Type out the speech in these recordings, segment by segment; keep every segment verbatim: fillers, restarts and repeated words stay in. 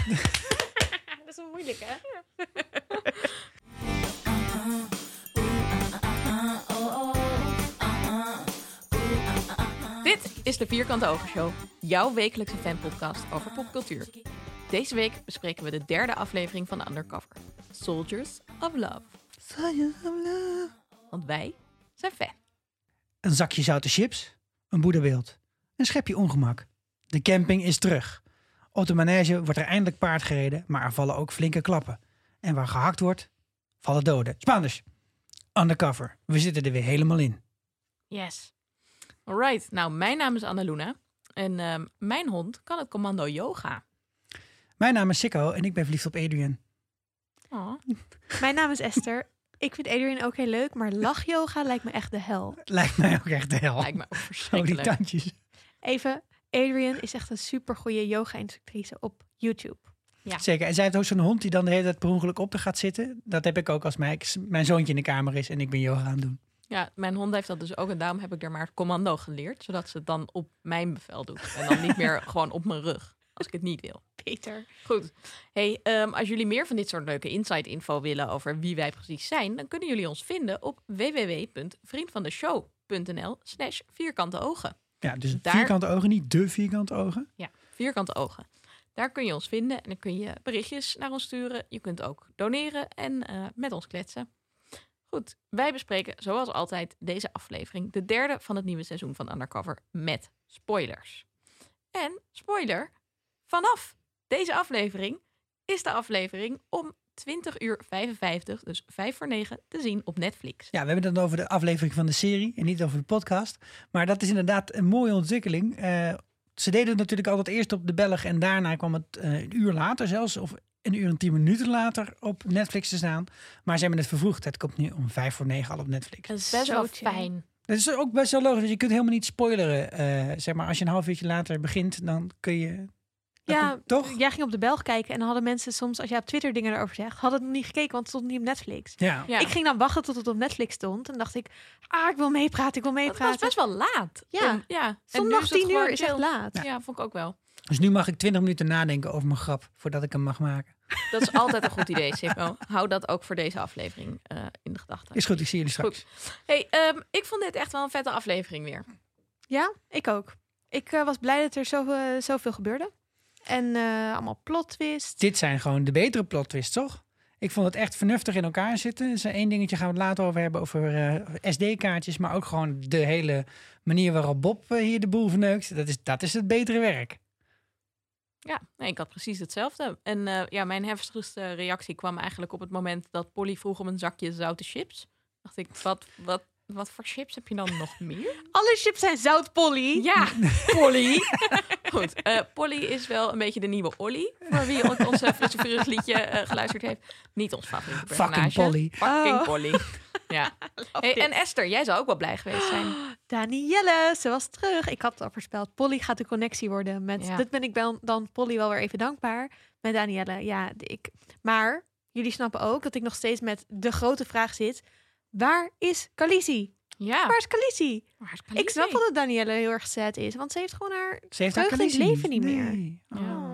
Dat is een moeilijk, hè? Dit is de Vierkante Ogen Show, jouw wekelijkse fanpodcast over popcultuur. Deze week bespreken we de derde aflevering van Undercover, Soldiers of Love. Soldiers of Love. Want wij zijn fan. Een zakje zoute chips, een boeddhabeeld, een schepje ongemak. De camping is terug. Op de manege wordt er eindelijk paard gereden, maar er vallen ook flinke klappen. En waar gehakt wordt, vallen doden. Spaanders, Undercover, we zitten er weer helemaal in. Yes. Alright, nou mijn naam is Annaluna en uh, mijn hond kan het commando yoga. Mijn naam is Sikko en ik ben verliefd op Adrian. Oh. Mijn naam is Esther. Ik vind Adrian ook heel leuk, maar lachyoga lijkt me echt de hel. Lijkt mij ook echt de hel. Lijkt me ook Oh, die verschrikkelijk. tandjes. Even, Adrian is echt een supergoeie yoga-instructrice op YouTube. Ja. Zeker. En zij heeft ook zo'n hond die dan de hele tijd per ongeluk op te gaat zitten. Dat heb ik ook als mijn, mijn zoontje in de kamer is en ik ben yoga aan het doen. Ja, mijn hond heeft dat dus ook en daarom heb ik er maar het commando geleerd. Zodat ze het dan op mijn bevel doet. En dan niet meer gewoon op mijn rug, als ik het niet wil. Peter. Goed. Hey, um, als jullie meer van dit soort leuke inside info willen over wie wij precies zijn, dan kunnen jullie ons vinden op w w w punt vriendvandeshow punt n l slash vierkante ogen. Ja, dus Daar- vierkante ogen, niet de vierkante ogen. Ja, vierkante ogen. Daar kun je ons vinden en dan kun je berichtjes naar ons sturen. Je kunt ook doneren en uh, met ons kletsen. Goed, wij bespreken zoals altijd deze aflevering, de derde van het nieuwe seizoen van Undercover, met spoilers. En spoiler, vanaf deze aflevering is de aflevering om twintig uur vijfenvijftig, dus vijf voor negen, te zien op Netflix. Ja, we hebben het dan over de aflevering van de serie en niet over de podcast. Maar dat is inderdaad een mooie ontwikkeling. Uh, ze deden het natuurlijk altijd eerst op de Belg en daarna kwam het uh, een uur later zelfs, of een uur en tien minuten later op Netflix te staan. Maar ze hebben het vervroegd. Het komt nu om vijf voor negen al op Netflix. Dat is best Zo wel chill. fijn. Dat is ook best wel logisch, want je kunt helemaal niet spoileren. Uh, zeg maar, als je een half uurtje later begint, dan kun je... dan Ja, kun- toch? jij ging op de Belg kijken en dan hadden mensen soms, als jij op Twitter dingen erover zegt, hadden het nog niet gekeken, want het stond niet op Netflix. Ja. Ja. Ik ging dan wachten tot het op Netflix stond en dacht ik, ah, ik wil meepraten, ik wil Het was meepraten. best wel laat. Ja. En, ja. En nu Zondag is het tien gewoon uur is echt chill. laat. Ja, vond ik ook wel. Dus nu mag ik twintig minuten nadenken over mijn grap, voordat ik hem mag maken. Dat is altijd een goed idee, Sippo. Hou dat ook voor deze aflevering uh, in de gedachten. Is goed, ik zie jullie straks. Hey, um, ik vond dit echt wel een vette aflevering weer. Ja, ik ook. Ik uh, was blij dat er zoveel, zoveel gebeurde. En uh, allemaal plot twist. Dit zijn gewoon de betere plot twists, toch? Ik vond het echt vernuftig in elkaar zitten. Dus één dingetje gaan we het later over hebben, over uh, S D-kaartjes. Maar ook gewoon de hele manier waarop Bob uh, hier de boel verneukt. Dat is, dat is het betere werk. Ja, nee, ik had precies hetzelfde. En uh, ja, mijn heftigste reactie kwam eigenlijk op het moment dat Polly vroeg om een zakje zoute chips. Dacht ik, wat, wat, wat voor chips heb je dan nog meer? Alle chips zijn zout, Polly. Ja, Polly. Goed, uh, Polly is wel een beetje de nieuwe Olly. Voor wie ook onze Frisse Vurig liedje uh, geluisterd heeft. Niet ons favoriete personage. Fucking Polly. Fucking Oh. Polly. Ja. Hey, en Esther, jij zou ook wel blij geweest zijn. Danielle, ze was terug. Ik had het al voorspeld. Polly gaat de connectie worden. Met, Ja. Dit ben ik dan, dan Polly wel weer even dankbaar. Met Danielle, ja. Ik, maar jullie snappen ook dat ik nog steeds met de grote vraag zit. Waar is Khaleesi? Ja. Waar is Khaleesi? Waar is Ik Khaleesi? snap wel dat Danielle heel erg sad is. Want ze heeft gewoon haar... Ze heeft haar Vreugde in het Khaleesi. leven niet meer. Nee. Ja. Oh.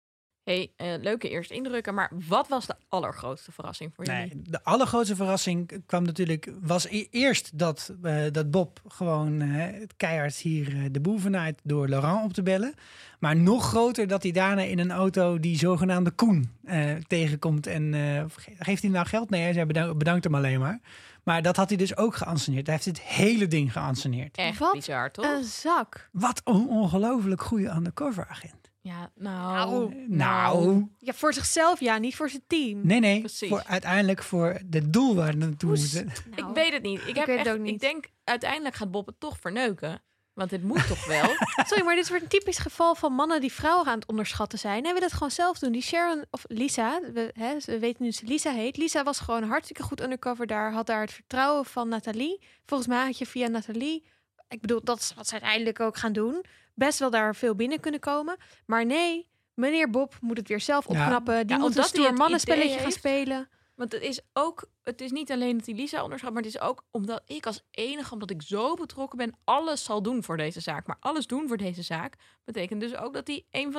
Hey, uh, leuke eerste indrukken, maar wat was de allergrootste verrassing voor jullie? Nee, de allergrootste verrassing kwam natuurlijk, was e- eerst dat, uh, dat Bob gewoon uh, het keihard hier uh, de boel vernaait door Laurent op te bellen. Maar nog groter dat hij daarna in een auto die zogenaamde Koen uh, tegenkomt. En uh, geeft hij nou geld? Nee, hij zei bedankt, bedankt hem alleen maar. Maar dat had hij dus ook geanceneerd. Hij heeft het hele ding geanceneerd. Echt Wat bizar, toch? Een zak. Wat een ongelooflijk goede undercover agent. Ja, nou... Nou. Nou, Ja, voor zichzelf ja, niet voor zijn team. nee, nee. Precies. Voor, uiteindelijk voor het doel waar we naartoe Hoe moeten. Ik weet het niet. Ik, heb weet het echt, ook niet. ik denk, uiteindelijk gaat Bob het toch verneuken. Want dit moet toch wel? Sorry, maar dit wordt een typisch geval van mannen die vrouwen aan het onderschatten zijn. Hij wil het gewoon zelf doen. Die Sharon, of Lisa, we, hè, we weten nu dat ze Lisa heet. Lisa was gewoon hartstikke goed undercover daar. Had daar het vertrouwen van Nathalie. Volgens mij had je via Nathalie, ik bedoel, dat is wat ze uiteindelijk ook gaan doen. Best wel daar veel binnen kunnen komen. Maar nee, meneer Bob moet het weer zelf Ja. opknappen. Die Ja, moet een omdat hij stoer het mannenspelletje idee gaan heeft. spelen. Want het is ook, het is niet alleen dat die Lisa onderschat, maar het is ook omdat ik als enige, omdat ik zo betrokken ben, alles zal doen voor deze zaak. Maar alles doen voor deze zaak betekent dus ook dat hij een van de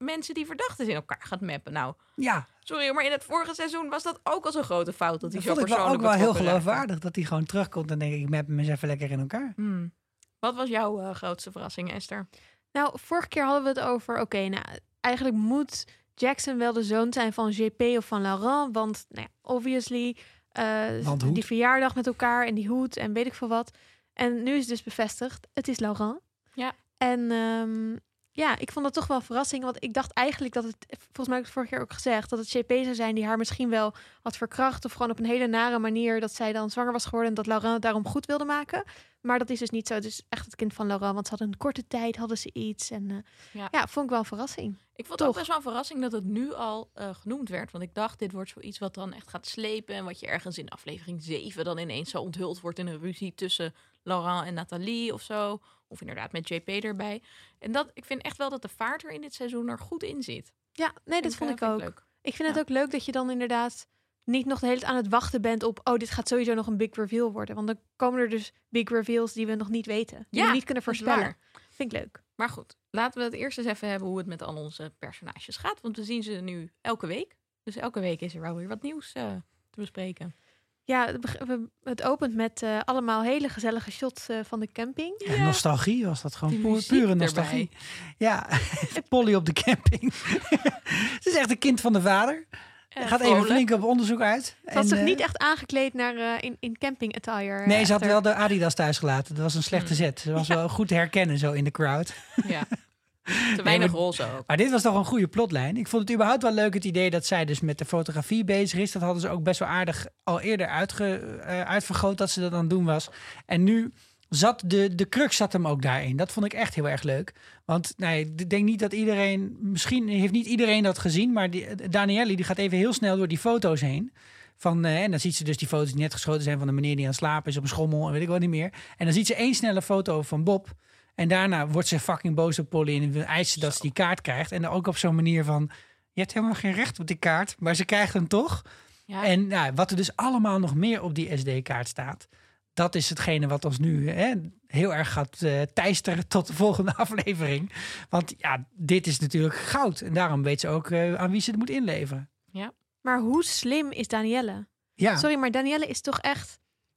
mensen die verdachten in elkaar gaat mappen. Nou, Ja, sorry, maar in het vorige seizoen was dat ook al zo'n grote fout. Dat hij dat zo vond ik wel persoonlijk ook wel heel betrokken raakte. geloofwaardig. Dat hij gewoon terugkomt en denk ik, ik map hem eens even lekker in elkaar. Hmm. Wat was jouw uh, grootste verrassing, Esther? Nou, vorige keer hadden we het over... Oké, okay, nou, eigenlijk moet Jackson wel de zoon zijn van J P of van Laurent. Want, nou ja, obviously... Uh, Want die verjaardag met elkaar en die hoed en weet ik veel wat. En nu is het dus bevestigd. Het is Laurent. Ja. En um, ja, ik vond dat toch wel een verrassing. Want ik dacht eigenlijk dat het... Volgens mij heb ik het vorige keer ook gezegd... dat het J P zou zijn die haar misschien wel had verkracht... of gewoon op een hele nare manier... dat zij dan zwanger was geworden... en dat Laurent het daarom goed wilde maken. Maar dat is dus niet zo. Het is echt het kind van Laurent. Want ze hadden een korte tijd hadden ze iets. En uh, ja. ja, vond ik wel een verrassing. Ik vond toch. het ook best wel een verrassing dat het nu al uh, genoemd werd. Want ik dacht, dit wordt zoiets wat dan echt gaat slepen... en wat je ergens in aflevering zeven... dan ineens zo onthuld wordt in een ruzie tussen Laurent en Nathalie of zo... Of inderdaad met J P erbij. En dat, ik vind echt wel dat de vaart er in dit seizoen er goed in zit. Ja, nee, dat ik, vond uh, ik ook. Vind ik, ik vind ja. het ook leuk dat je dan inderdaad niet nog de hele tijd aan het wachten bent op... oh, dit gaat sowieso nog een big reveal worden. Want dan komen er dus big reveals die we nog niet weten. Die ja, we niet kunnen voorspellen. Vind ik leuk. Maar goed, laten we het eerst eens even hebben hoe het met al onze personages gaat. Want we zien ze nu elke week. Dus elke week is er wel weer wat nieuws uh, te bespreken. Ja, het opent met uh, allemaal hele gezellige shots uh, van de camping. Ja, ja. Nostalgie was dat gewoon. Pure, pure nostalgie. Erbij. Ja, Polly op de camping. Het is echt een kind van de vader. Uh, Gaat even flink op onderzoek uit. Ze had zich uh, niet echt aangekleed naar uh, in, in camping attire. Nee, uh, ze had wel de Adidas thuis gelaten. Dat was een slechte mm. zet. Ze was ja. wel goed te herkennen zo in de crowd. Ja. Te weinig nee, roze ook. Maar dit was toch een goede plotlijn. Ik vond het überhaupt wel leuk het idee dat zij dus met de fotografie bezig is. Dat hadden ze ook best wel aardig al eerder uitge, uh, uitvergroot dat ze dat aan het doen was. En nu zat de, de crux zat hem ook daarin. Dat vond ik echt heel erg leuk. Want nee, ik denk niet dat iedereen... Misschien heeft niet iedereen dat gezien. Maar die, Danielle die gaat even heel snel door die foto's heen. Van, uh, en dan ziet ze dus die foto's die net geschoten zijn van de meneer die aan het slapen is op een schommel. En weet ik wel niet meer. En dan ziet ze één snelle foto van Bob... En daarna wordt ze fucking boos op Polly en eist ze dat ze die kaart krijgt. En dan ook op zo'n manier van, je hebt helemaal geen recht op die kaart, maar ze krijgt hem toch. Ja. En nou, wat er dus allemaal nog meer op die S D-kaart staat, dat is hetgene wat ons nu hè, heel erg gaat uh, teisteren tot de volgende aflevering. Want ja, dit is natuurlijk goud. En daarom weet ze ook uh, aan wie ze het moet inleveren. Ja. Maar hoe slim is Danielle? Ja. Sorry, maar Danielle is toch echt...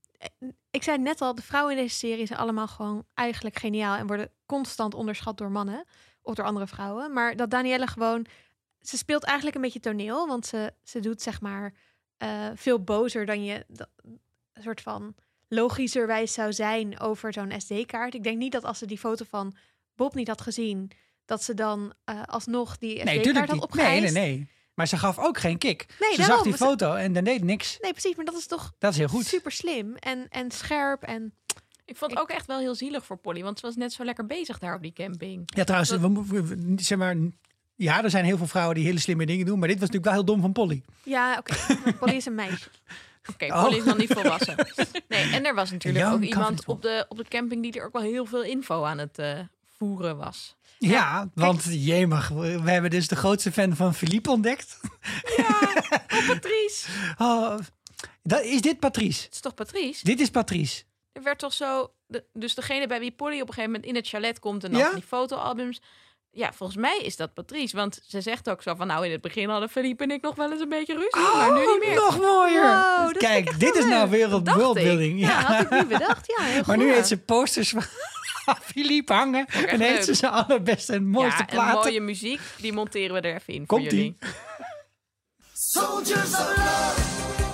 Ik zei net al, de vrouwen in deze serie zijn allemaal gewoon eigenlijk geniaal en worden constant onderschat door mannen of door andere vrouwen. Maar dat Danielle gewoon, ze speelt eigenlijk een beetje toneel, want ze, ze doet zeg maar uh, veel bozer dan je dat, een soort van logischerwijs zou zijn over zo'n S D-kaart. Ik denk niet dat als ze die foto van Bob niet had gezien, dat ze dan uh, alsnog die S D-kaart nee, had opgeëist. Nee, nee, nee. Maar ze gaf ook geen kick. Nee, ze daarom, zag die foto ze... en dan deed niks. Nee, precies. Maar dat is toch dat is heel goed. Super slim en, en scherp. En... Ik vond het ook echt wel heel zielig voor Polly. Want ze was net zo lekker bezig daar op die camping. Ja, trouwens, dat... we, we, we, zeg maar... Ja, er zijn heel veel vrouwen die hele slimme dingen doen. Maar dit was natuurlijk wel heel dom van Polly. Ja, oké. Okay. Polly is een meisje. Oké, okay, Polly oh. is nog niet volwassen. Nee, en er was natuurlijk Young ook iemand op de, op de camping die er ook wel heel veel info aan het uh, voeren was. Ja, ja want jemig, we hebben dus de grootste fan van Philippe ontdekt. Ja, oh, Patrice. Oh, dat, is dit Patrice? Het is toch Patrice? Dit is Patrice. Er werd toch zo... De, dus degene bij wie Polly op een gegeven moment in het chalet komt en dan ja? van die fotoalbums... Ja, volgens mij is dat Patrice. Want ze zegt ook zo van... Nou, in het begin hadden Philippe en ik nog wel eens een beetje ruzie. Oh, maar nu niet meer. Nog mooier. Wow, kijk, dit is nou wereld worldbuilding. Ja, ja, had ik niet bedacht. Ja, heel maar goed. nu heeft ze posters van Philippe hangen. En heeft leuk. ze zijn allerbeste en mooiste ja, platen. En mooie muziek, die monteren we er even in Komt voor jullie. Soldiers of love.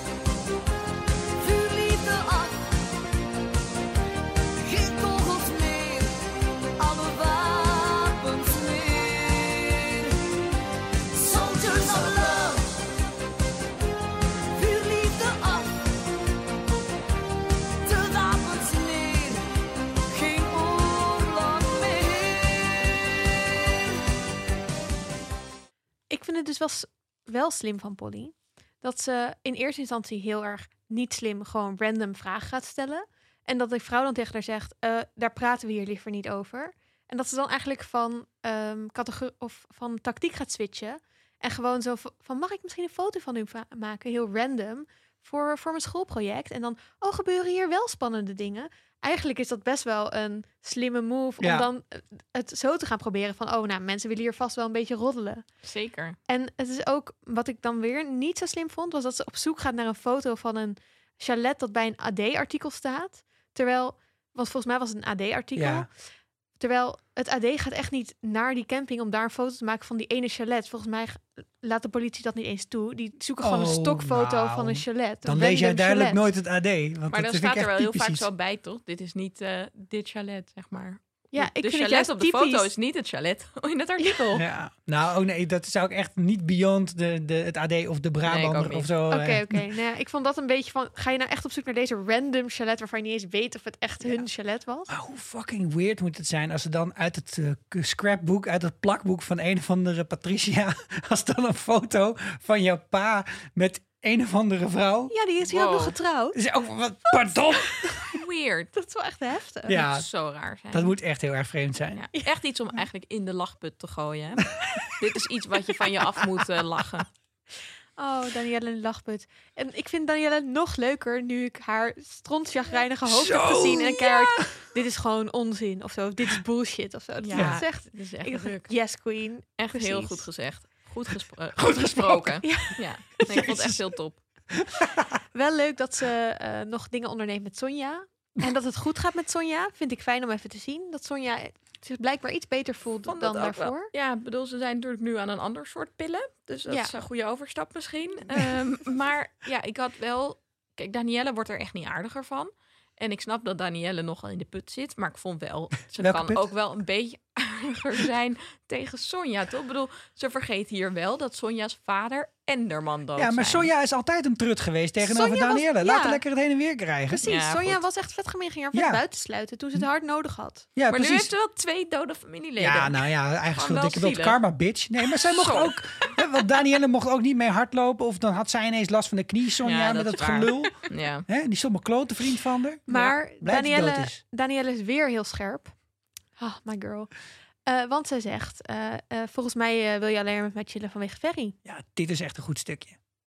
Ik vind het dus wel, wel slim van Polly. Dat ze in eerste instantie heel erg niet slim gewoon random vragen gaat stellen. En dat de vrouw dan tegen haar zegt, uh, daar praten we hier liever niet over. En dat ze dan eigenlijk van, um, categorie of van tactiek gaat switchen. En gewoon zo van, mag ik misschien een foto van u va- maken? Heel random. voor, voor mijn schoolproject. En dan, oh, gebeuren hier wel spannende dingen. Eigenlijk is dat best wel een slimme move Ja. om dan het zo te gaan proberen van, oh, nou, mensen willen hier vast wel een beetje roddelen. Zeker. En het is ook, wat ik dan weer niet zo slim vond, was dat ze op zoek gaat naar een foto van een chalet dat bij een A D-artikel staat. Terwijl, want volgens mij was het een A D-artikel. Ja. Terwijl het A D gaat echt niet naar die camping om daar een foto te maken van die ene chalet. Volgens mij laat de politie dat niet eens toe. Die zoeken gewoon Oh, een stokfoto nou. van een chalet. Dan een lees jij random duidelijk chalet. nooit het A D. Want Maar dat dan vind staat ik er echt wel heel typisch vaak iets. zo bij, toch? Dit is niet uh, dit chalet, zeg maar. Ja, De ik vind het chalet juist op de foto typisch. is niet het chalet in het artikel. Ja, nou, oh nee, dat zou ik echt niet beyond de, de, het A D of de ook Brabander niet. of zo. Oké, eh. oké. Nou ja, ik vond dat een beetje van, ga je nou echt op zoek naar deze random chalet waarvan je niet eens weet of het echt hun chalet was? Maar hoe fucking weird moet het zijn als ze dan uit het uh, scrapbook, uit het plakboek van een of andere Patricia, als dan een foto van jouw pa met een of andere vrouw. Ja, die is hier ook Wow. nog getrouwd. Is ook wat, pardon. Weird. Dat is wel echt heftig. Ja, Dat zo raar zijn. dat moet echt heel erg vreemd zijn. Ja, echt iets om eigenlijk in de lachput te gooien. Hè? Dit is iets wat je van je af moet uh, lachen. Oh, Danielle in de lachput. En ik vind Danielle nog leuker nu ik haar strontjagrijnige hoofd Zo, heb gezien. En keihard, dit is gewoon onzin of zo. Dit is bullshit of zo. Dat Ja. is echt, Dit is echt ik dacht, druk. yes queen. Echt heel precies. goed gezegd. Goed, gespro- Goed gesproken. Ja. ja. Nee, ik vond het echt heel top. Wel leuk dat ze eh, nog dingen onderneemt met Sonja. En dat het goed gaat met Sonja. Vind ik fijn om even te zien. Dat Sonja zich blijkbaar iets beter voelt Vond dan dat ook daarvoor. wel. Ja, ik bedoel, ze zijn natuurlijk nu aan een ander soort pillen. Dus dat Ja. is een goede overstap misschien. Um, maar ja, ik had wel... Kijk, Danielle wordt er echt niet aardiger van. En ik snap dat Danielle nogal in de put zit. Maar ik vond wel, ze Welke kan put? ook wel een beetje aardiger zijn tegen Sonja, toch? Ik bedoel, ze vergeet hier wel dat Sonja's vader en haar man dood Ja, maar zijn. Sonja is altijd een trut geweest tegenover Sonja was- Danielle. ja. Laat haar lekker het heen en weer krijgen. Precies, Ja, Sonja goed. was echt vet gemeen. Ging haar Ja. vet buitensluiten toen ze het hard nodig had. Ja, Maar precies. nu heeft ze wel twee dode familieleden. Ja, nou ja, eigen Gewoon schuld. wel Ik wil zielig. karma, bitch. Nee, maar zij mocht Zo. ook... Hè, want Danielle mocht ook niet mee hardlopen. Of dan had zij ineens last van de knie, Sonja, Ja, met dat dat is waar. gelul. Ja. Hè, die stomme klote vriend van haar. Maar blij dat hij Danielle, dood is. Danielle is weer heel scherp. Ah, my girl. Eh, want zij zegt, eh, eh, volgens mij eh, wil je alleen met mij chillen vanwege Ferry. Ja, dit is echt een goed stukje.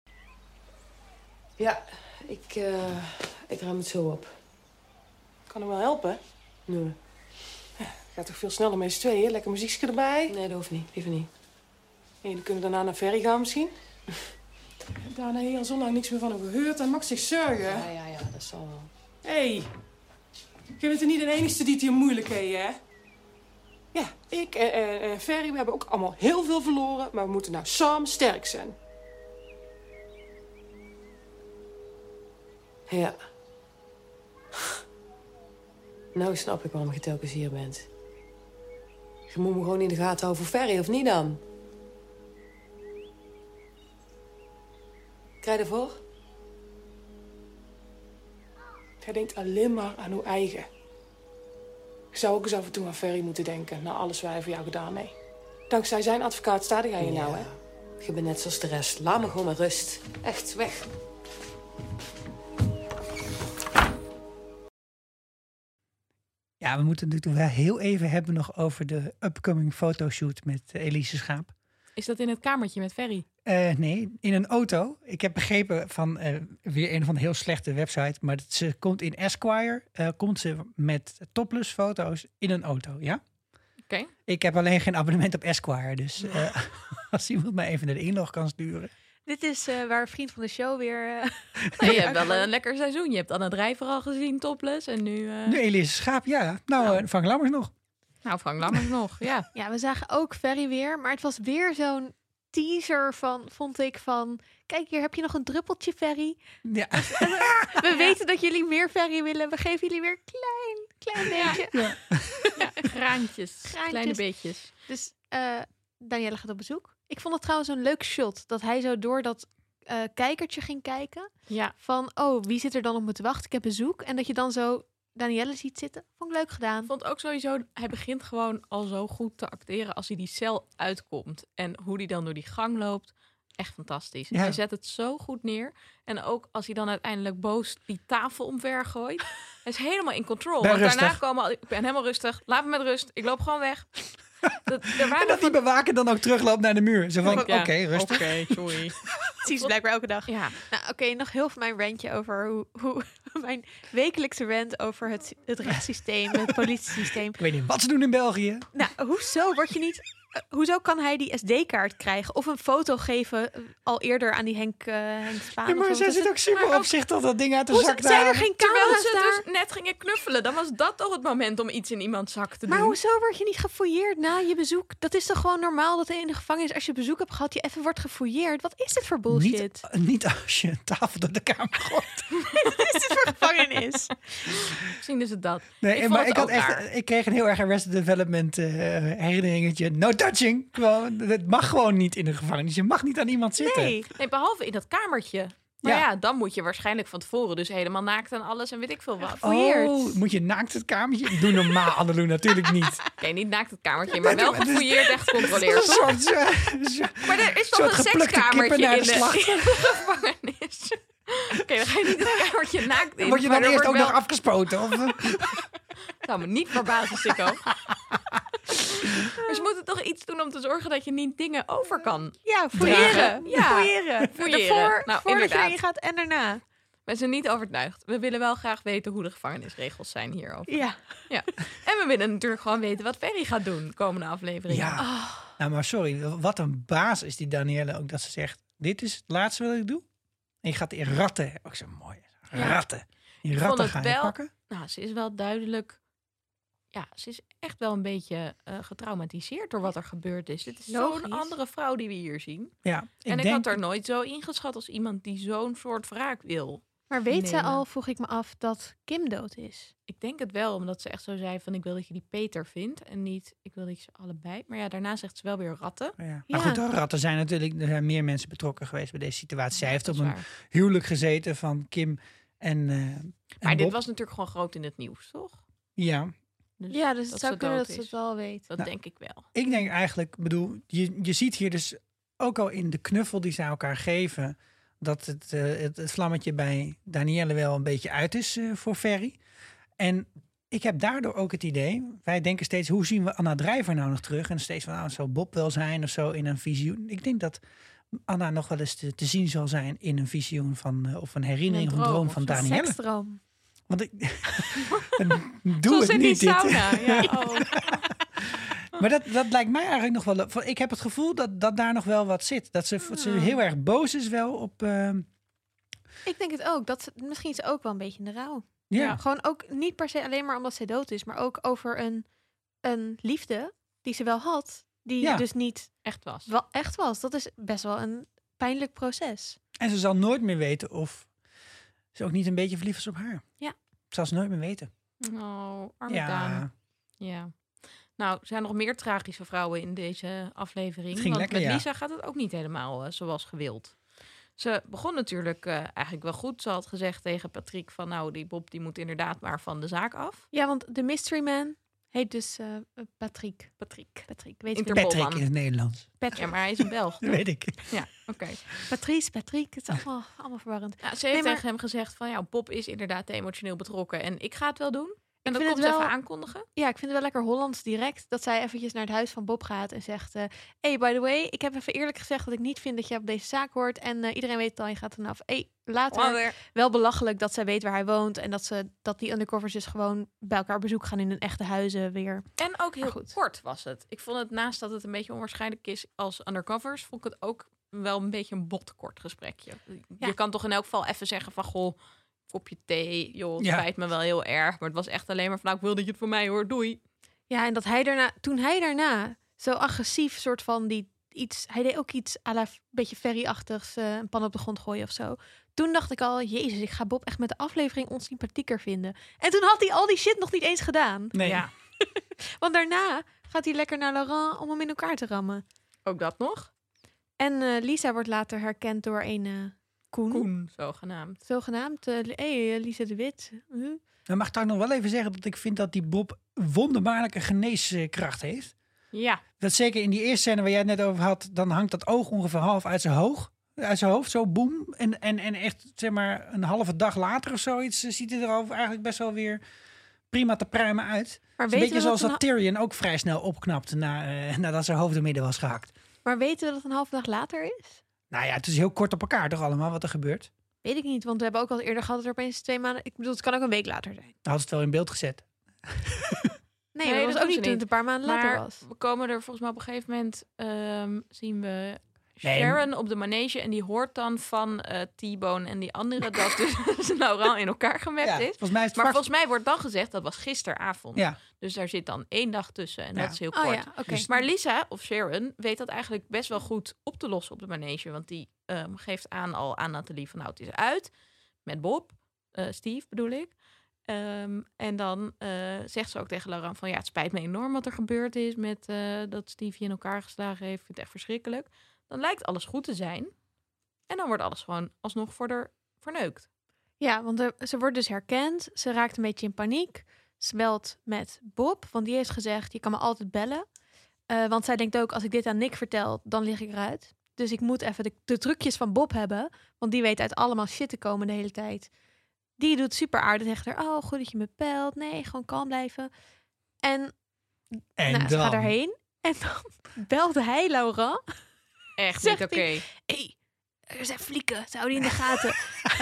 Ja, ik, uh, ik ruim het zo op. Kan hem wel helpen. Nee, Ja, gaat toch veel sneller met z'n tweeën? Lekker muziekje erbij. nee, dat hoeft niet. Liever niet. En dan kunnen we daarna naar Ferry gaan misschien. Daarna heb je al zo lang niks meer van hem gehoord. En mag zich zorgen. Ja, ja, ja, dat zal wel. Hé, hey, je bent er niet de enige die het hier moeilijk heeft, hè? Ja, ik en, en, en Ferry, we hebben ook allemaal heel veel verloren. Maar we moeten nou samen sterk zijn. Ja. Nou snap ik waarom je telkens hier bent. Je moet me gewoon in de gaten houden voor Ferry, of niet dan? Krijg je ervoor? Jij denkt alleen maar aan uw eigen. Ik zou ook eens af en toe aan Ferry moeten denken. Na alles wat hij voor jou gedaan heeft. Dankzij zijn advocaat sta jij hier nou, hè? Je bent net zoals de rest. Laat me gewoon met rust. Echt, weg. Ja, we moeten het natuurlijk wel heel even hebben nog over de upcoming fotoshoot met uh, Elise Schaap. Is dat in het kamertje met Ferry? Uh, nee, in een auto. Ik heb begrepen van uh, weer een van de heel slechte website, maar dat ze komt in Esquire, uh, komt ze met topless foto's in een auto, ja? Oké. Okay. Ik heb alleen geen abonnement op Esquire, dus uh, als iemand mij even naar de inlog kan sturen. Dit is uh, waar een vriend van de show weer... Uh, nee, je hebt wel een lekker seizoen. Je hebt Anna Drijver al gezien, topless. En nu... Uh... Nu Elise Schaap, ja. Nou, nou. Uh, Frank Lammers nog. Nou, Frank Lammers nog, ja. Ja, we zagen ook Ferry weer. Maar het was weer zo'n teaser van, vond ik, van... Kijk, hier heb je nog een druppeltje Ferry. Ja. We ja. weten dat jullie meer Ferry willen. We geven jullie weer klein, klein beetje. Ja, ja. ja graantjes, Graantjes. Kleine beetjes. Dus uh, Danielle gaat op bezoek. Ik vond het trouwens een leuk shot. Dat hij zo door dat uh, kijkertje ging kijken. Ja. Van, oh, wie zit er dan op me te wachten? Ik heb bezoek. En dat je dan zo Danielle ziet zitten. Vond ik leuk gedaan. Ik vond ook sowieso, hij begint gewoon al zo goed te acteren als hij die cel uitkomt. En hoe hij dan door die gang loopt. Echt fantastisch. Ja. Hij zet het zo goed neer. En ook als hij dan uiteindelijk boos die tafel omver gooit. Hij is helemaal in control. Ben Want rustig. daarna komen, ik ben helemaal rustig. Laat me met rust. Ik loop gewoon weg. Dat, er waren en dat die bewaker dan ook terugloopt naar de muur. Zo van, oké, ja, okay, rustig. Oké, okay, sorry. zie ze blijkbaar elke dag. Ja. Nou, oké, okay, nog heel veel mijn rantje over hoe, hoe mijn wekelijkse rant over het, het rechtssysteem, het politiesysteem. Ik weet niet wat ze doen in België. Nou, hoezo word je niet... Uh, hoezo kan hij die S D-kaart krijgen of een foto geven uh, al eerder aan die Henk, uh, Henk Spaan? Ja, maar of zij zo? zit ook super maar ook- opzichtig dat ding uit de Hoe zak zijn er daar. geen Terwijl camera's ze daar? dus net gingen knuffelen, dan was dat toch het moment om iets in iemands zak te Maar doen. hoezo word je niet gefouilleerd na je bezoek? Dat is toch gewoon normaal dat in de gevangenis, als je bezoek hebt gehad, je even wordt gefouilleerd? Wat is dit voor bullshit? Niet, niet als je een tafel door de kamer gooit. Wat is dit voor gevangenis? Misschien is het dat. Nee, Ik en vond maar het ik, had ook echt, raar. ik kreeg een heel erg Arrested Development uh, herinneringetje. No touching. Gewoon, het mag gewoon niet in een gevangenis. Je mag niet aan iemand zitten. Nee. Nee, behalve in dat kamertje. Maar Ja. ja. dan moet je waarscheinlijk van tevoren dus helemaal naakt en alles en weet ik veel wat. Oké, gefouilleerd. Oh, moet je naakt het kamertje? Doe normaal, Annelou, natuurlijk niet. niet naakt het kamertje, maar wel maar dit- gefouilleerd en Dat gecontroleerd. is een toch? soort, uh, zo- Maar er is soort toch een geplukte sekskamertje kippen naar in de de, slacht. in de gevangenis. Oké, dan ga je niet het kamertje naakt in. Word je maar dan er eerst ook wordt nog wel- afgespoten? Of, uh? zou me niet verbazen, Sikko. Maar ze moeten toch iets doen om te zorgen dat je niet dingen over kan. Ja, fouilleren. Dragen. Ja, Fouilleren. fouilleren. Ervoor, Nou, voordat je inderdaad. erin gaat en daarna. We zijn niet overtuigd. We willen wel graag weten hoe de gevangenisregels zijn hierover. Ja. En we willen natuurlijk gewoon weten wat Ferry gaat doen de komende aflevering. Ja. Nou, maar sorry. Wat een baas is die Danielle ook. Dat ze zegt, dit is het laatste wat ik doe. En je gaat in ratten. Ook zo mooi. Ratten. Die vond ratten het gaan je wel- pakken. Nou, ze is wel duidelijk... Ja, ze is echt wel een beetje uh, getraumatiseerd door wat er gebeurd is. Dit is zo'n Logisch. andere vrouw die we hier zien. Ja, en ik denk, had haar nooit zo ingeschat als iemand die zo'n soort wraak wil. Maar weet ze nemen. al, vroeg ik me af, dat Kim dood is? Ik denk het wel, omdat ze echt zo zei van... ik wil dat je die Peter vindt en niet... ik wil dat je ze allebei... Maar ja, daarna zegt ze wel weer ratten. Ja. Maar Ja. goed, de ratten zijn natuurlijk... Er zijn meer mensen betrokken geweest bij deze situatie. Zij heeft Dat op is een waar. huwelijk gezeten van Kim en, uh, en Maar dit Bob. was natuurlijk gewoon groot in het nieuws, toch? Ja, Dus Ja, dus het dat zou ze kunnen dood dat ze is. het wel weet. Dat Nou, denk ik wel. ik denk eigenlijk, bedoel, je, je ziet hier dus ook al in de knuffel die ze elkaar geven, dat het, uh, het, het vlammetje bij Danielle wel een beetje uit is uh, voor Ferry. En ik heb daardoor ook het idee, wij denken steeds, hoe zien we Anna Drijver nou nog terug? En steeds van, nou, zou Bob wel zijn of zo in een visioen. Ik denk dat Anna nog wel eens te, te zien zal zijn in een visioen van, uh, of een herinnering In of een een droom droom van of zo. Danielle. Seksdroom. Want ik doe Zoals het in die niet. Dit. sauna. Ja, oh. Maar dat, dat lijkt mij eigenlijk nog wel... le- Ik heb het gevoel dat, dat daar nog wel wat zit. Dat ze, ze heel erg boos is wel op... Uh, Ik denk het ook. Dat ze, misschien is ze ook wel een beetje in de rouw. ja. Ja. Gewoon ook niet per se alleen maar omdat zij dood is, maar ook over een, een liefde die ze wel had, die Ja. dus niet Echt was. wel echt was. Dat is best wel een pijnlijk proces. En ze zal nooit meer weten of ze ook niet een beetje verliefd is op haar. Ja. Zal ze nooit meer weten. Oh, arme Ja, Daan. Ja. Nou, er zijn nog meer tragische vrouwen in deze aflevering. Het ging want lekker, met ja. Lisa gaat het ook niet helemaal uh, zoals gewild. Ze begon natuurlijk uh, eigenlijk wel goed. Ze had gezegd tegen Patrick van... nou, die Bob die moet inderdaad maar van de zaak af. Ja, want de mystery man heet dus uh, Patrick. Patrick. Patrick, weet je Interpol. wel. Patrick in het Nederlands. Patrick. Ja, maar hij is een Belg. Dat weet ik. Ja, oké. Patrice, Patrick, het is allemaal, allemaal verwarrend. Ja, ze heeft Nee, maar- tegen hem gezegd van... ja, Bob is inderdaad emotioneel betrokken... en ik ga het wel doen. En Ik dat vind komt het ze wel- even aankondigen. Ja, ik vind het wel lekker Hollands direct dat zij eventjes naar het huis van Bob gaat en zegt... eh, hey, by the way, ik heb even eerlijk gezegd dat ik niet vind dat je op deze zaak hoort. En eh, iedereen weet het al, je gaat eraf. Hey, later. Wel belachelijk dat zij weet waar hij woont en dat, ze, dat die undercovers dus gewoon bij elkaar op bezoek gaan in hun echte huizen weer. En ook heel Maar goed. kort was het. Ik vond het, naast dat het een beetje onwaarschijnlijk is als undercovers... vond ik het ook wel een beetje een botkort gesprekje. Ja. Je kan toch in elk geval even zeggen van... goh, kopje thee, joh, het Ja. spijt me wel heel erg. Maar het was echt alleen maar van... nou, ik wil dat je het voor mij hoort, doei. Ja, en dat hij daarna, toen hij daarna zo agressief soort van die iets, hij deed ook iets à la f- beetje ferry-achtigs, eh, een pan op de grond gooien of zo. Toen dacht ik al, jezus, ik ga Bob echt met de aflevering onsympathieker vinden. En toen had hij al die shit nog niet eens gedaan. Nee. Ja, Want daarna gaat hij lekker naar Laurent om hem in elkaar te rammen. ook dat nog. En eh, Lisa wordt later herkend door een eh, Koen, Koen, zogenaamd. zogenaamd. Hé, hey, eh, Lisa de Wit. Huh? Dan mag ik toch nog wel even zeggen dat ik vind dat die Bob wonderbaarlijke geneeskracht heeft. Ja, Dat zeker in die eerste scène waar jij het net over had, dan hangt dat oog ongeveer half uit zijn hoog. Uit zijn hoofd, zo boem. En, en, en echt, zeg maar, een halve dag later of zoiets, eh, ziet hij er al eigenlijk best wel weer prima te pruimen uit. Maar Het is een weten, beetje we zoals dat dat een, Tyrion ook vrij snel opknapt na, eh, nadat zijn hoofd er midden was gehakt. maar weten we dat een halve dag later is? Nou ja, het is heel kort op elkaar toch allemaal wat er gebeurt. Weet ik niet, want we hebben ook al eerder gehad dat er opeens twee maanden... Ik bedoel, het kan ook een week later zijn. Dan had het wel in beeld gezet. Nee, Nee, dat dat was ook doen ze niet toen het niet. een paar maanden later Maar was. we komen er volgens mij op een gegeven moment... Um, zien we Nee, Sharon op de manege... en die hoort dan van uh, T-Bone en die andere... dat dus Laurent in elkaar gemapt Ja, is. volgens mij is het Maar vast... volgens mij wordt dan gezegd... dat was gisteravond. Ja, Dus daar zit dan één dag tussen. En Ja. dat is heel Oh kort. ja, oké. Dus- Maar Lisa of Sharon weet dat eigenlijk best wel goed op te lossen op de manege. Want die um, geeft aan al aan Nathalie van nou, het is uit. Met Bob. Uh, Steve bedoel ik. Um, en dan uh, zegt ze ook tegen Laurent van ja, het spijt me enorm wat er gebeurd is met uh, dat Steve je in elkaar geslagen heeft. Ik vind het echt verschrikkelijk. Dan lijkt alles goed te zijn. En dan wordt alles gewoon alsnog voor haar verneukt. Ja, want er, ze wordt dus herkend. Ze raakt een beetje in paniek. Ze belt met Bob, want die heeft gezegd... je kan me altijd bellen. Uh, want zij denkt ook, als ik dit aan Nick vertel... dan lig ik eruit. Dus ik moet even de, de trucjes van Bob hebben. Want die weet uit allemaal shit te komen de hele tijd. Die doet super aardig tegen haar. Oh, goed dat je me belt. Nee, gewoon kalm blijven. En, en nou, ze dan... gaat erheen. En dan belde hij Laurent. Echt Zegt niet oké. hij- Hé, hey, er zijn flieken. Zou die in de gaten?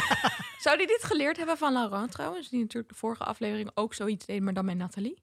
Zou die dit geleerd hebben van Laurent trouwens? Die natuurlijk de vorige aflevering ook zoiets deed, maar dan met Nathalie.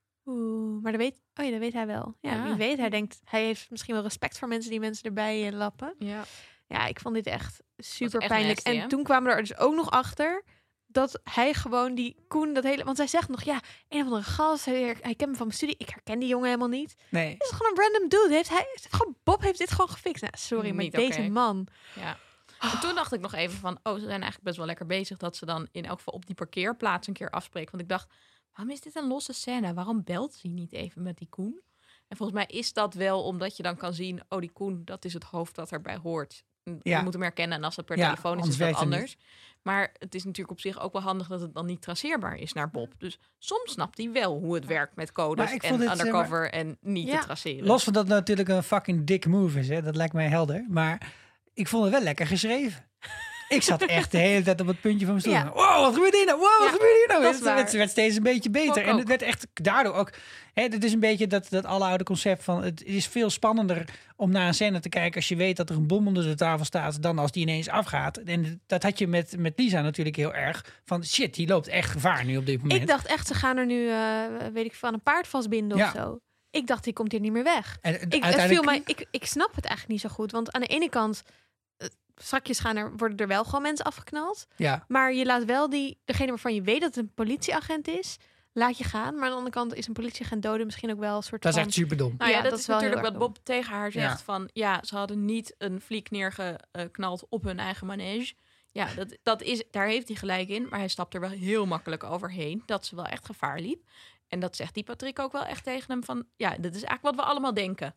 Oeh, maar dat weet, oh ja, dat weet hij wel. Ja, Ja. wie weet. Hij denkt, hij heeft misschien wel respect voor mensen die mensen erbij eh, lappen. Ja. Ja, ik vond dit echt super echt pijnlijk. nasty, en hè? toen kwamen we er dus ook nog achter dat hij gewoon die Koen dat hele... Want zij zegt nog, ja, een of andere gast, hij, hij kent me van mijn studie. Ik herken die jongen helemaal niet. Nee. Het is gewoon een random dude. Heeft hij, gewoon, Bob heeft dit gewoon gefixt. Nou, sorry, maar Niet deze oké. man... Ja. En toen dacht ik nog even van, oh, ze zijn eigenlijk best wel lekker bezig dat ze dan in elk geval op die parkeerplaats een keer afspreken. Want ik dacht, waarom is dit een losse scène? Waarom belt ze niet even met die Koen? En volgens mij is dat wel omdat je dan kan zien, oh, die Koen, dat is het hoofd dat erbij hoort. Je Ja. moet hem herkennen en als dat per Ja, telefoon is, anders is dat werkt het anders. Maar het is natuurlijk op zich ook wel handig dat het dan niet traceerbaar is naar Bob. Dus soms snapt hij wel hoe het werkt met codes Maar ik en vond het, zeg undercover en niet Ja. te traceren. Los van dat het natuurlijk een fucking dick move is, hè? Dat lijkt mij helder. Maar ik vond het wel lekker geschreven. Ik zat echt de hele tijd op het puntje van mijn stoel. Ja. Wow, wat gebeurt hier nou? Wow, wat Ja, gebeurt hier nou? dat is Het werd, waar. werd steeds een beetje beter. Vond ik En ook. het werd echt daardoor ook... Hè, het is een beetje dat, dat oude concept van... Het is veel spannender om naar een scène te kijken... als je weet dat er een bom onder de tafel staat... dan als die ineens afgaat. En dat had je met, met Lisa natuurlijk heel erg. Van shit, die loopt echt gevaar nu op dit moment. Ik dacht echt, ze gaan er nu, eh, weet ik, van een paard vastbinden Ja. of zo. Ik dacht, die komt hier niet meer weg. En, Ik, het uiteindelijk... viel mij, ik, ik snap het eigenlijk niet zo goed. Want aan de ene kant, eh, strakjes gaan er, worden er wel gewoon mensen afgeknald. Ja, Maar je laat wel die, degene waarvan je weet dat het een politieagent is, laat je gaan. Maar aan de andere kant is een politieagent doden misschien ook wel een soort dat is van... echt superdom. Nou ja, Ja, dat, dat is is wel natuurlijk heel wat erg Bob tegen haar zegt Ja. van... ja, ze hadden niet een fliek neergeknald op hun eigen manege. Ja, dat, dat is, daar heeft hij gelijk in. Maar hij stapt er wel heel makkelijk overheen. Dat ze wel echt gevaar liep. En dat zegt die Patrick ook wel echt tegen hem van... ja, dit is eigenlijk wat we allemaal denken.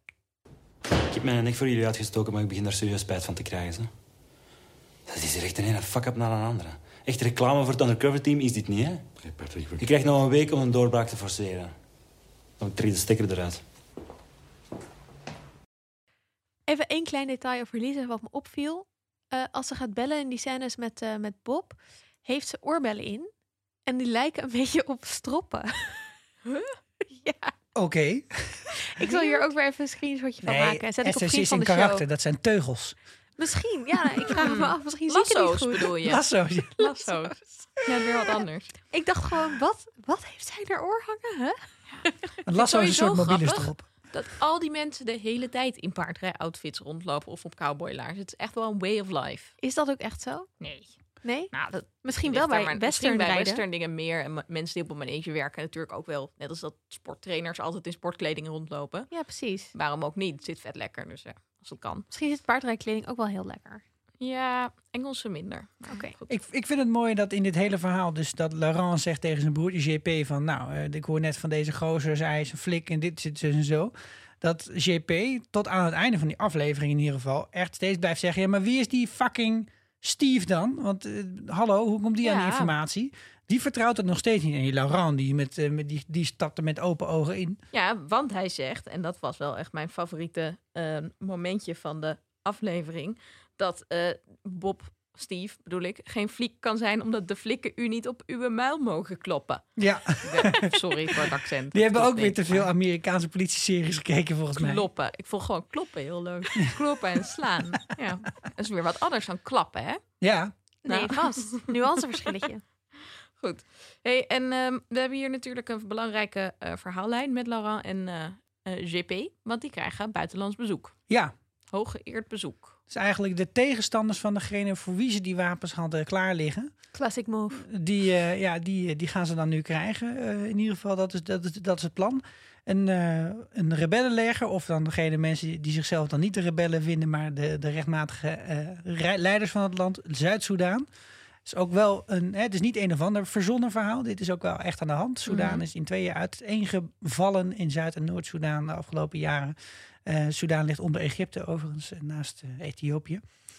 Ik heb mijn nek voor jullie uitgestoken, maar ik begin daar serieus spijt van te krijgen. Ze. Dat is hier echt een ene fuck-up naar een andere. Echt reclame voor het undercover team is dit niet, hè? Nee, Patrick, we- Je krijgt nog een week om een doorbraak te forceren. Dan trek de stekker eruit. Even één klein detail over Lisa wat me opviel. Eh, als ze gaat bellen in die scènes met, eh, met Bob, heeft ze oorbellen in. En die lijken een beetje op stroppen. Ja, Oké. ik zal hier ook weer even een screenshotje van maken. En zet ik op Esther, ze vriend is van in de karakter. show. Dat zijn teugels. Misschien, ja. Ik vraag me af. Misschien zie ik het niet Lasso's goed. bedoel je? Lasso's. ja. Lasso's. Net weer wat anders. Ik dacht gewoon, wat, wat heeft zij in haar oor hangen? Hè? Een lasso is een sowieso soort mobiele grappig. strop. Dat al die mensen de hele tijd in paardrij-outfits rondlopen... of op cowboylaars. Het is echt wel een way of life. Is dat ook echt zo? Nee. Nee? Nou, dat Misschien ligt wel daar bij maar- misschien western bij rijden. western dingen meer. En ma- mensen die op een manege werken natuurlijk ook wel. Net als dat sporttrainers altijd in sportkleding rondlopen. Ja, precies. Waarom ook niet? Het zit vet lekker, dus ja, als het kan. Misschien zit paardrijkleding ook wel heel lekker. Ja, Engelse minder. Maar Oké. goed. Ik, ik vind het mooi dat in dit hele verhaal... dus dat Laurent zegt tegen zijn broertje J P van... nou, eh, ik hoor net van deze gozer, hij is een flik en dit zit en zo. Dat J P tot aan het einde van die aflevering in ieder geval... echt steeds blijft zeggen... ja, maar wie is die fucking Steve dan? Want eh, hallo, hoe komt die aan die Ja. informatie? Die vertrouwt het nog steeds niet. En die Laurent, die, met, eh, met die, die stapt er met open ogen in. Ja, want hij zegt, en dat was wel echt mijn favoriete eh, momentje van de aflevering... dat eh, Bob, Steve bedoel ik, geen fliek kan zijn... omdat de flikken u niet op uw muil mogen kloppen. Ja, Ja, sorry voor het accent. die hebben Dat ook weer weet te ik, veel maar Amerikaanse politieseries gekeken volgens mij. kloppen. Ik vond gewoon kloppen heel leuk. Kloppen en slaan. Ja. Dat is weer wat anders dan klappen, hè? Ja, Nee, Nou. vast. Nuanceverschilletje. Goed. Hey, en ehm, we hebben hier natuurlijk een belangrijke eh, verhaallijn met Laurent en eh, eh, J P. Want die krijgen buitenlands bezoek. ja. Hooggeëerd bezoek. Het is eigenlijk de tegenstanders van degene voor wie ze die wapens hadden klaar liggen. Classic move. Die, eh, ja, die, die gaan ze dan nu krijgen. Eh, in ieder geval, dat is, dat is, dat is het plan. Een, uh, een rebellenleger, of dan degene mensen die, die zichzelf dan niet de rebellen vinden, maar de, de rechtmatige uh, leiders van het land, Zuid-Soedan. Is ook wel een, hè, het is niet een of ander verzonnen verhaal. Dit is ook wel echt aan de hand. Soedan Mm-hmm. is in tweeën uiteengevallen in Zuid- en Noord-Soedan de afgelopen jaren. Uh, Soedan ligt onder Egypte overigens, naast uh, Ethiopië.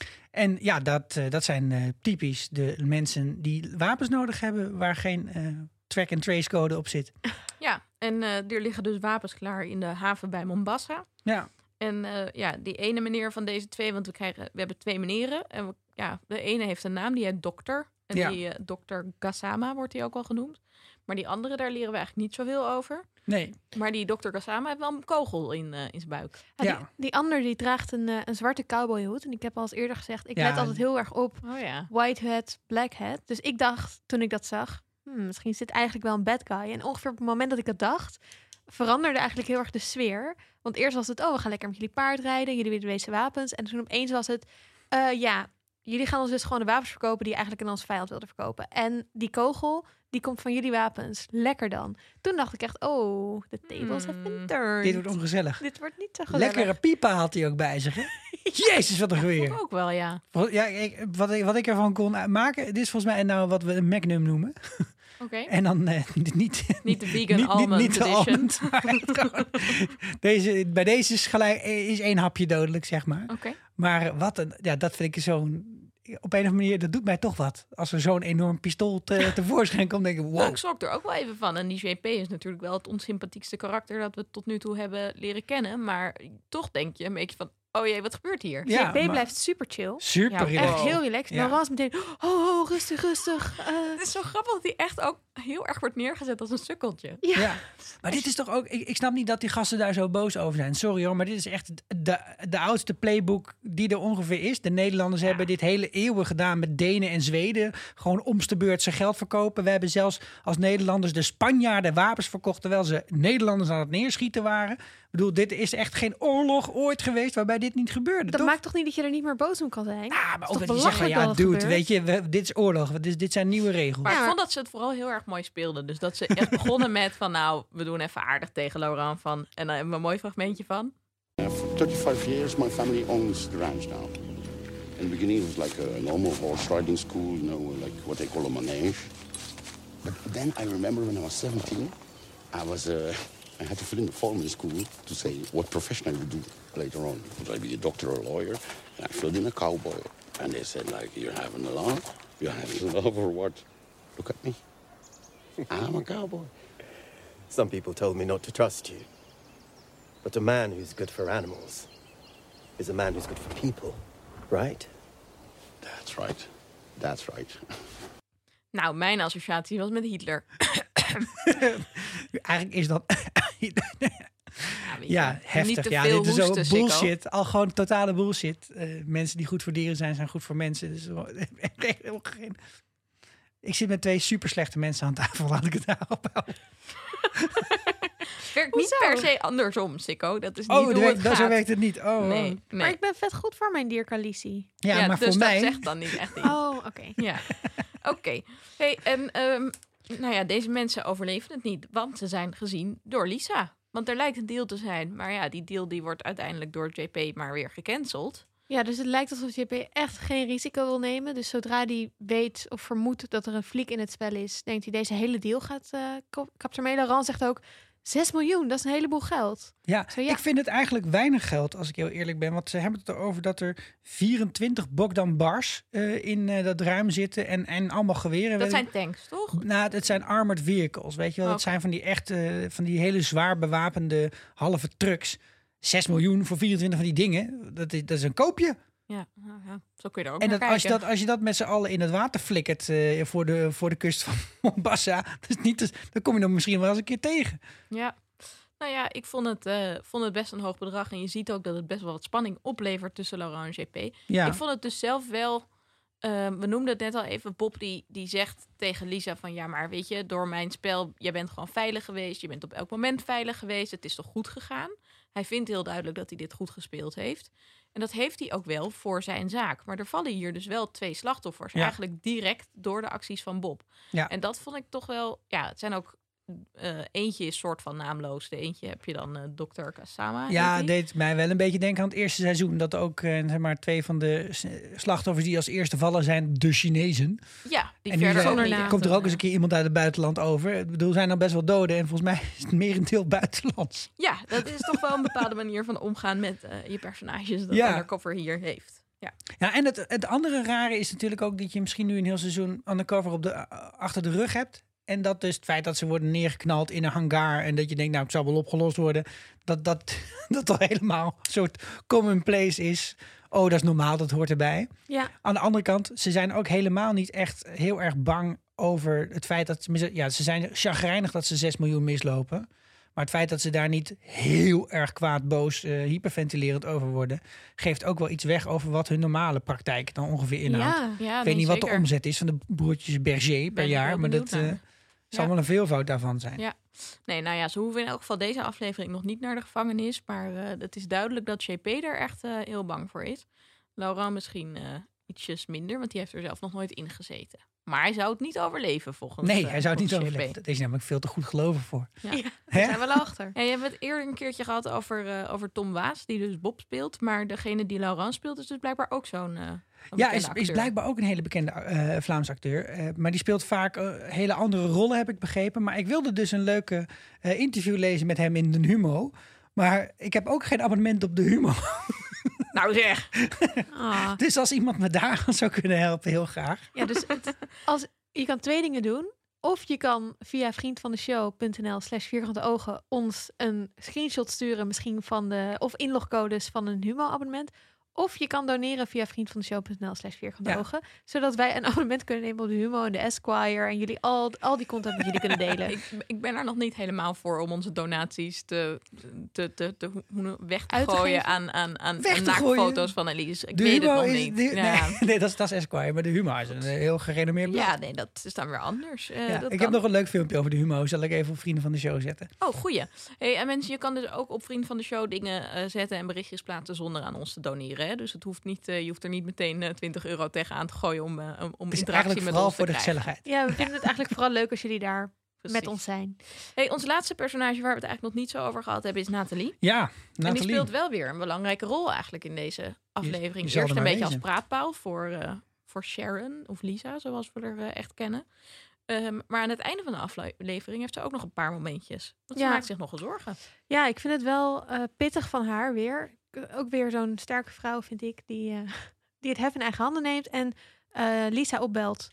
En ja, dat, uh, dat zijn uh, typisch de mensen die wapens nodig hebben waar geen uh, track-and-trace code op zit. Ja, en uh, er liggen dus wapens klaar in de haven bij Mombasa. Ja. En uh, ja, die ene meneer van deze twee, want we, krijgen, we hebben twee meneren. En we, ja, de ene heeft een naam, die heet dokter. En Ja. die uh, dokter Gassama wordt hij ook al genoemd. Maar die andere, daar leren we eigenlijk niet zoveel over. Nee. Maar die dokter Gassama heeft wel een kogel in, uh, in zijn buik. Ja, Ja. Die, die ander die draagt een, uh, een zwarte cowboyhoed. En ik heb al eens eerder gezegd, ik Ja. let altijd heel erg op Oh ja. white hat, black hat. Dus ik dacht, toen ik dat zag, hmm, misschien is dit eigenlijk wel een bad guy. En ongeveer op het moment dat ik dat dacht, veranderde eigenlijk heel erg de sfeer. Want eerst was het, oh, we gaan lekker met jullie paardrijden. Jullie willen deze wapens. En toen opeens was het, uh, ja, jullie gaan ons dus gewoon de wapens verkopen die je eigenlijk aan onze vijand wilden verkopen. En die kogel, die komt van jullie wapens. Lekker dan. Toen dacht ik echt, oh, the tables have been turned. Dit wordt ongezellig. Dit wordt niet zo gezellig. Lekkere piepa had hij ook bij zich, hè? Jezus, wat een geweer. Ook wel, ja. Ja, ik, wat, ik, wat ik ervan kon maken, dit is volgens mij nou wat we een Magnum noemen. Oké. En dan eh, niet, Niet de vegan niet, almond niet, niet de edition. almond, maar echt gewoon, deze, bij deze is, gelijk, is één hapje dodelijk, zeg maar. Oké. Maar wat een, ja, dat vind ik zo'n, op een of andere manier, dat doet mij toch wat. Als er zo'n enorm pistool te, tevoorschijn komt, denk ik, Nou, wow. ik schrok er ook wel even van. En die J P is natuurlijk wel het onsympathiekste karakter dat we tot nu toe hebben leren kennen. Maar toch denk je een beetje van, oh jee, wat gebeurt hier? Ja, J P maar- blijft super chill. Super Ja, relaxed. Echt heel relaxed. Ja. Laurent is meteen, oh, oh, rustig, rustig. Uh, Het is zo grappig dat hij echt ook heel erg wordt neergezet als een sukkeltje. ja. Ja, maar dit is toch ook... Ik, ik snap niet dat die gasten daar zo boos over zijn. Sorry hoor, maar dit is echt de, de oudste playbook die er ongeveer is. De Nederlanders hebben dit hele eeuwen gedaan met Denen en Zweden. Gewoon omste beurt zijn geld verkopen. We hebben zelfs als Nederlanders de Spanjaarden wapens verkocht, terwijl ze Nederlanders aan het neerschieten waren. Ik bedoel, dit is echt geen oorlog ooit geweest waarbij dit niet gebeurde. Dat toch? maakt toch niet dat je er niet meer boos om kan zijn? Ja, maar is ook toch dat je zegt van, belachelijk ja, dat het dude, gebeurt? weet je, we- dit is oorlog. Dit, dit zijn nieuwe regels. Maar Ja. ik vond dat ze het vooral heel erg mooi speelden. Dus dat ze echt begonnen met van, nou, we doen even aardig tegen Laurent van. En dan hebben we een mooi fragmentje van. Uh, for thirty-five years, my family owns the ranch now. In the beginning, it was like a normal horse riding school, you know, like what they call a manege. But then I remember when I was seventeen, I was uh, I had to fill in the form in school to say what profession I would do later on. Would I be a doctor or a lawyer? And I filled in a cowboy. And they said, like, you're having a laugh? You're having a laugh or what? Look at me. I'm a cowboy. Some people told me not to trust you. But a man who's good for animals is a man who's good for people, right? That's right. That's right. Nou, mijn associatie was met Hitler. Eigenlijk is dat... Ja, weet je, Ja, niet heftig. te Ja, veel dit is zo hoesten, Sikko. bullshit. Al gewoon totale bullshit. Uh, mensen die goed voor dieren zijn, zijn goed voor mensen. Dus, helemaal geen... Ik zit met twee super slechte mensen aan tafel. Laat ik het daarop houden. Het werkt niet per se andersom, Sikko. Dat is niet Oh, hoe dat, het werkt- dat, gaat. zo werkt het niet. Oh, Nee, oh. nee. Maar ik ben vet goed voor mijn diercoalitie. Ja, Ja, maar dus voor dat mij... zegt dan niet echt iets. Oh, oké. Ja, oké. Hey, en ehm, nou ja, deze mensen overleven het niet, want ze zijn gezien door Lisa. Want er lijkt een deal te zijn, maar ja, die deal die wordt uiteindelijk door J P maar weer gecanceld. Ja, dus het lijkt alsof J P echt geen risico wil nemen. Dus zodra hij weet of vermoedt dat er een fliek in het spel is, denkt hij deze hele deal gaat uh, captureren. Laurent zegt ook, zes miljoen, dat is een heleboel geld. Ja, Zo, ja. ik vind het eigenlijk weinig geld, als ik heel eerlijk ben. Want ze hebben het erover dat er vierentwintig Bogdan Bars uh, in uh, dat ruim zitten en, en allemaal geweren. Dat zijn tanks, toch? Nou, het zijn armored vehicles, weet je wel. Dat Oké. zijn van die echt, uh, van die hele zwaar bewapende halve trucks. zes miljoen voor vierentwintig van die dingen, dat is, dat is een koopje. Ja, nou ja, zo kun je er ook En naar dat, als, je kijken. dat, als je dat met z'n allen in het water flikkert uh, voor, de, voor de kust van Mombasa, dat is niet te, dan kom je dan misschien wel eens een keer tegen. Ja. Nou ja, ik vond het, uh, vond het best een hoog bedrag. En je ziet ook dat het best wel wat spanning oplevert tussen Laurent en J P. Ja. Ik vond het dus zelf wel... Uh, we noemden het net al even. Bob die, die zegt tegen Lisa van... ja, maar weet je, door mijn spel... jij bent gewoon veilig geweest. Je bent op elk moment veilig geweest. Het is toch goed gegaan? Hij vindt heel duidelijk dat hij dit goed gespeeld heeft. En dat heeft hij ook wel voor zijn zaak. Maar er vallen hier dus wel twee slachtoffers. Ja. Eigenlijk direct door de acties van Bob. Ja. En dat vond ik toch wel... ja, het zijn ook... Uh, eentje is soort van naamloos. De eentje heb je dan uh, dokter Kasama. Ja, het deed mij wel een beetje denken aan het eerste seizoen. Dat ook uh, zeg maar twee van de slachtoffers die als eerste vallen zijn de Chinezen. Ja, die en verder zonder naam. Komt er ook eens een keer iemand uit het buitenland over. Ik bedoel, zijn dan best wel doden. En volgens mij is het merendeel buitenlands. Ja, dat is toch wel een bepaalde manier van omgaan met uh, je personages. Dat ja. Undercover hier heeft. Ja, ja en het, het andere rare is natuurlijk ook dat je misschien nu een heel seizoen Undercover op de, uh, achter de rug hebt. En dat dus het feit dat ze worden neergeknald in een hangar... en dat je denkt, nou, het zal wel opgelost worden... dat dat, dat al helemaal een soort commonplace is. Oh, dat is normaal, dat hoort erbij. Ja. Aan de andere kant, ze zijn ook helemaal niet echt heel erg bang... over het feit dat... ja, ze zijn chagrijnig dat ze zes miljoen mislopen... maar het feit dat ze daar niet heel erg kwaad, boos, uh, hyperventilerend over worden... geeft ook wel iets weg over wat hun normale praktijk dan ongeveer inhoudt. Ja, ja, ik weet nee, niet zeker. wat de omzet is van de broertjes Berger per ben jaar... maar dat uh, zal ja. wel een veelvoud daarvan zijn. Ja. Nee, nou ja, ze hoeven in elk geval deze aflevering nog niet naar de gevangenis... maar uh, het is duidelijk dat J P er echt uh, heel bang voor is. Laurent misschien uh, ietsjes minder, want die heeft er zelf nog nooit in gezeten. Maar hij zou het niet overleven volgens Nee, uh, hij zou het niet J P. overleven. Dat is namelijk veel te goed geloven voor. Ja, ja daar zijn we wel achter. Ja, je hebt het eerder een keertje gehad over, uh, over Tom Waas, die dus Bob speelt. Maar degene die Laurent speelt is dus blijkbaar ook zo'n uh, Ja, is, is blijkbaar ook een hele bekende uh, Vlaams acteur. Uh, maar die speelt vaak uh, hele andere rollen, heb ik begrepen. Maar ik wilde dus een leuke uh, interview lezen met hem in de Humo. Maar ik heb ook geen abonnement op de Humo. Nou zeg. Ah. Dus als iemand me daar zou kunnen helpen, heel graag. Ja, dus het, als, je kan twee dingen doen. Of je kan via vriendvandeshow.nl slash vierkante ogen ons een screenshot sturen, misschien van de of inlogcodes van een Humo-abonnement. Of je kan doneren via vriendvandeshow.nl slash vierkante Ja. ogen. Zodat wij een abonnement kunnen nemen op de Humo en de Esquire. En jullie al, al die content met jullie kunnen delen. ik, ik ben er nog niet helemaal voor om onze donaties te, te, te, te hoe- weg te Uit te gooien geven? aan, aan, aan, Weg aan te gooien? naaktfoto's van Elise. Ik De weet Humo het nog is, niet. de- ja. nee, nee, dat is, dat is Esquire. Maar de Humo is een heel gerenommeerd blad. ja, nee, dat is dan weer anders. Uh, Ja, dat ik kan. heb nog een leuk filmpje over de Humo. Zal ik even op Vrienden van de Show zetten. Oh, goeie. Hey, en mensen, je kan dus ook op Vriend van de Show dingen uh, zetten en berichtjes plaatsen zonder aan ons te doneren. Hè? Dus het hoeft niet, uh, je hoeft er niet meteen uh, twintig euro tegenaan te gooien om, uh, om Het is interactie eigenlijk met vooral ons te voor de krijgen. gezelligheid. Ja, we vinden het eigenlijk vooral leuk als jullie daar Precies. met ons zijn. Hey, ons laatste personage waar we het eigenlijk nog niet zo over gehad hebben is Nathalie. Ja, En die Nathalie. speelt wel weer een belangrijke rol eigenlijk in deze aflevering. je zal er Eerst een maar beetje als wezen. praatpaal voor, uh, voor Sharon of Lisa, zoals we er uh, echt kennen. Um, maar aan het einde van de aflevering heeft ze ook nog een paar momentjes. Want ze Ja. maakt zich nogal zorgen. Ja, ik vind het wel uh, pittig van haar weer. Ook weer zo'n sterke vrouw, vind ik, die, uh, die het hef in eigen handen neemt en uh, Lisa opbelt.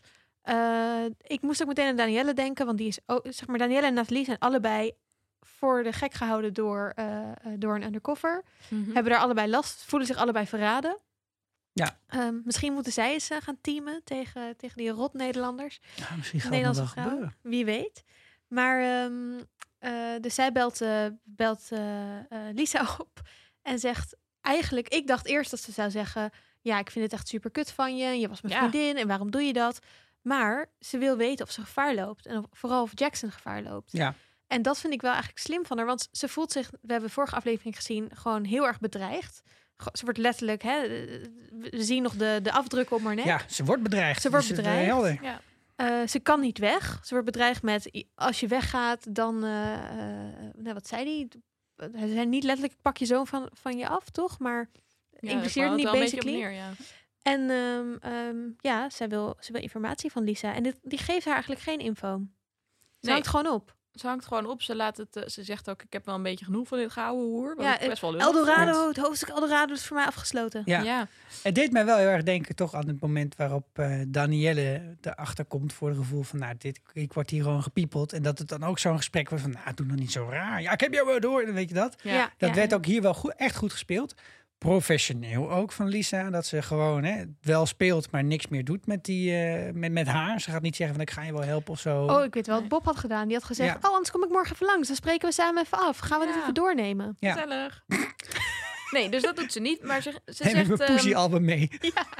Uh, ik moest ook meteen aan Danielle denken, want die is ook, zeg maar, Danielle en Nathalie zijn allebei voor de gek gehouden door, uh, uh, door een undercover. Mm-hmm. Hebben daar allebei last, voelen zich allebei verraden. Ja. Um, misschien moeten zij eens uh, gaan teamen tegen, tegen die rot Nederlanders. Ja, misschien gaat het nog Nederlandse wel vrouw, gebeuren. wie weet. Maar um, uh, dus zij belt, uh, belt uh, uh, Lisa op en zegt eigenlijk, ik dacht eerst dat ze zou zeggen, ja, ik vind het echt super kut van je. Je was mijn Ja. vriendin en waarom doe je dat? Maar ze wil weten of ze gevaar loopt en of, vooral of Jackson gevaar loopt. Ja. En dat vind ik wel eigenlijk slim van haar, want ze voelt zich, we hebben vorige aflevering gezien, gewoon heel erg bedreigd. Go- Ze wordt letterlijk, hè, we zien nog de, de afdrukken op haar nek. Ja, ze wordt bedreigd. Ze wordt Dus, uh, bedreigd. helder. Ja. Uh, ze kan niet weg. Ze wordt bedreigd met, i- als je weggaat, dan, uh, uh, nou, wat zei die? Ze zijn niet letterlijk, ik pak je zoon van, van je af, toch? Maar Ja, impliceert daar niet kwam het wel een basically. beetje op neer, ja. En um, um, ja, zij wil, ze wil informatie van Lisa. En dit, die geeft haar eigenlijk geen info. Ze Nee. hangt gewoon op. Ze hangt gewoon op. Ze, laat het, uh, ze zegt ook, ik heb wel een beetje genoeg van dit gouden hoer. Wat Ja, ik best wel lullig Eldorado, vond. het hoofdstuk Eldorado is voor mij afgesloten. Ja. Ja. Het deed mij wel heel erg denken toch aan het moment waarop uh, Danielle erachter komt voor het gevoel van, nou, dit, ik word hier gewoon gepiepeld. En dat het dan ook zo'n gesprek wordt van, nou, doe nog niet zo raar. Ja, ik heb jou wel door, weet je dat? Ja. Ja, Dat ja, werd ja. ook hier wel goed, echt goed gespeeld. professioneel ook van Lisa. Dat ze gewoon hè, wel speelt, maar niks meer doet met, die, uh, met, met haar. Ze gaat niet zeggen van ik ga je wel helpen of zo. Oh, ik weet wel wat Bob had gedaan. Die had gezegd, Ja. oh, anders kom ik morgen even langs. Dan spreken we samen even af. Gaan we Ja. dit even doornemen? Ja. Gezellig. Nee, dus dat doet ze niet. Maar ze, ze Neem zegt... mijn ehm, poesie-album mee.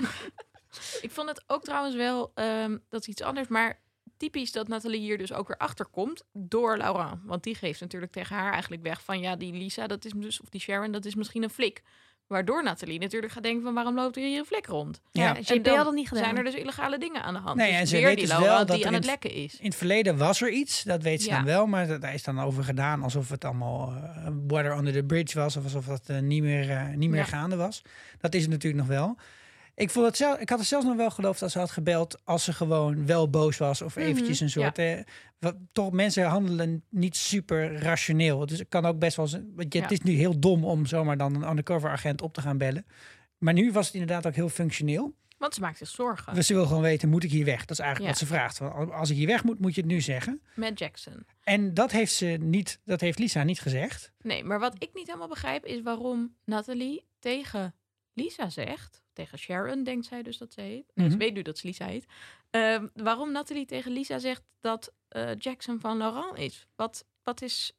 ik vond het ook trouwens wel... Um, dat is iets anders, maar... Typisch dat Nathalie hier dus ook weer achterkomt door Laurent. Want die geeft natuurlijk tegen haar eigenlijk weg van... ja, die Lisa, dat is dus, of die Sharon, dat is misschien een flik. Waardoor Nathalie natuurlijk gaat denken van... waarom loopt er hier een vlek rond? Ja. Ja, En J P dan had dat niet gedaan. zijn er dus illegale dingen aan de hand. Nee, dus en ze weer weet die dus Laurent wel dat die er aan in het het- lekken is. In het verleden was er iets, dat weet ze Ja. dan wel. Maar dat- daar is dan over gedaan alsof het allemaal uh, water under the bridge was. Of alsof dat uh, niet meer, uh, niet meer Ja. gaande was. Dat is het natuurlijk nog wel. Ik, vond het zelf, ik had het zelfs nog wel geloofd als ze had gebeld... als ze gewoon wel boos was. Of eventjes een soort... eh, wat, toch, mensen handelen niet super rationeel. Dus het kan ook best wel... z- Want je, Ja. Het is nu heel dom om zomaar dan een undercover agent op te gaan bellen. Maar nu was het inderdaad ook heel functioneel. Want ze maakt zich zorgen. Dus ze wil gewoon weten, moet ik hier weg? Dat is eigenlijk Ja. wat ze vraagt. Want als ik hier weg moet, moet je het nu zeggen. Met Jackson. En dat heeft ze niet, dat heeft Lisa niet gezegd. Nee, maar wat ik niet helemaal begrijp... is waarom Nathalie tegen Lisa zegt... tegen Sharon denkt zij dus dat ze heet. Nee, Mhm. ze weet nu dat ze Lisa heet. Ehm, waarom Nathalie tegen Lisa zegt dat uh, Jackson van Laurent is. Wat, wat is...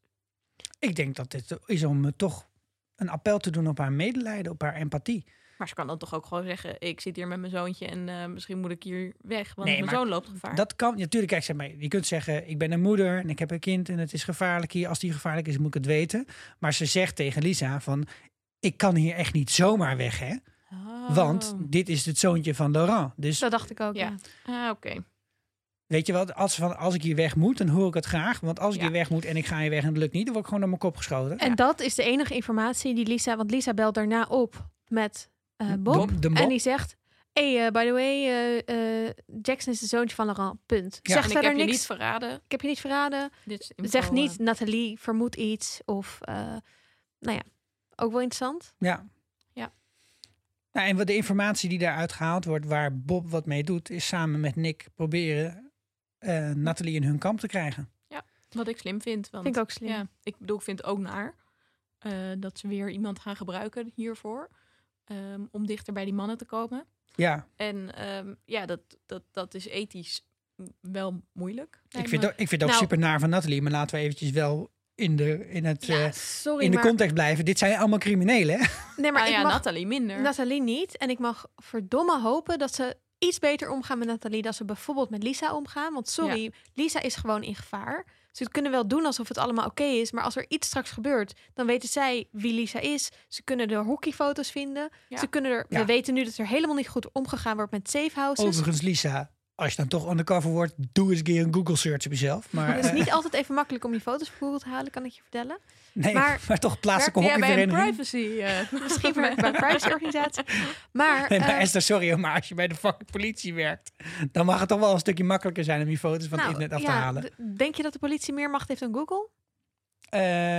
Ik denk dat dit is om uh, toch een appel te doen op haar medelijden, op haar empathie. Maar ze kan dan toch ook gewoon zeggen... ik zit hier met mijn zoontje en uh, misschien moet ik hier weg... want Nee, mijn maar zoon loopt gevaar. Dat kan, natuurlijk, kijk, zeg maar, je kunt zeggen, ik ben een moeder en ik heb een kind en het is gevaarlijk hier. Als die gevaarlijk is, moet ik het weten. Maar ze zegt tegen Lisa van, ik kan hier echt niet zomaar weg, hè. Oh. Want dit is het zoontje van Laurent. Dus Dat dacht ik ook, Ja. ja. Ah, oké. Okay. weet je wat, als, van, als ik hier weg moet, dan hoor ik het graag. Want als ik Ja. hier weg moet en ik ga hier weg en het lukt niet, dan word ik gewoon naar mijn kop geschoten. En dat is de enige informatie die Lisa... Want Lisa belt daarna op met uh, Bob. De- de Bob. En die zegt... Hey, uh, by the way, uh, uh, Jackson is de zoontje van Laurent. Punt. Ja. Zeg En ik verder heb je niks. niet verraden. Ik heb je niet verraden. Dit is info, Zeg niet, uh, Nathalie vermoedt iets. Of, uh, nou ja, ook wel interessant. Ja. Ja. Nou, en wat de informatie die daaruit gehaald wordt, waar Bob wat mee doet, is samen met Nick proberen uh, Nathalie in hun kamp te krijgen. Wat ik slim vind. Want, Vind ik ook slim. Ja, ik bedoel, ik vind het ook naar uh, dat ze weer iemand gaan gebruiken hiervoor. Um, om dichter bij die mannen te komen. Ja, En um, ja, dat, dat, dat is ethisch wel moeilijk. ik vind, ook, ik vind het ook Nou- super naar van Nathalie, maar laten we eventjes wel in de, in het, Ja, uh, sorry, in de maar... context blijven. Dit zijn allemaal criminelen, hè? Nee, maar Ah, ik ja, mag Nathalie minder. Nathalie niet. En ik mag verdomme hopen dat ze iets beter omgaan met Nathalie... dan ze bijvoorbeeld met Lisa omgaan. Want sorry, Lisa is gewoon in gevaar. Ze kunnen wel doen alsof het allemaal oké okay is. Maar als er iets straks gebeurt, dan weten zij wie Lisa is. Ze kunnen de hockeyfoto's vinden. Ja. Ze kunnen er, Ja. We weten nu dat er helemaal niet goed omgegaan wordt met safe houses. Overigens, Lisa, als je dan toch undercover wordt, doe eens een keer een Google search op jezelf. Maar, Het is uh, niet altijd even makkelijk om je foto's van Google te halen, kan ik je vertellen. nee, maar, maar- toch plaatselijke Werkte jij bij een hockeyvereniging. privacy? Uh, Misschien bij bij een privacyorganisatie. Maar, Nee, maar eh, Esther, sorry, maar als je bij de fucking politie werkt, dan mag het toch wel een stukje makkelijker zijn om je foto's van nou, het internet af ja, te halen. d- denk je dat de politie meer macht heeft dan Google? Uh,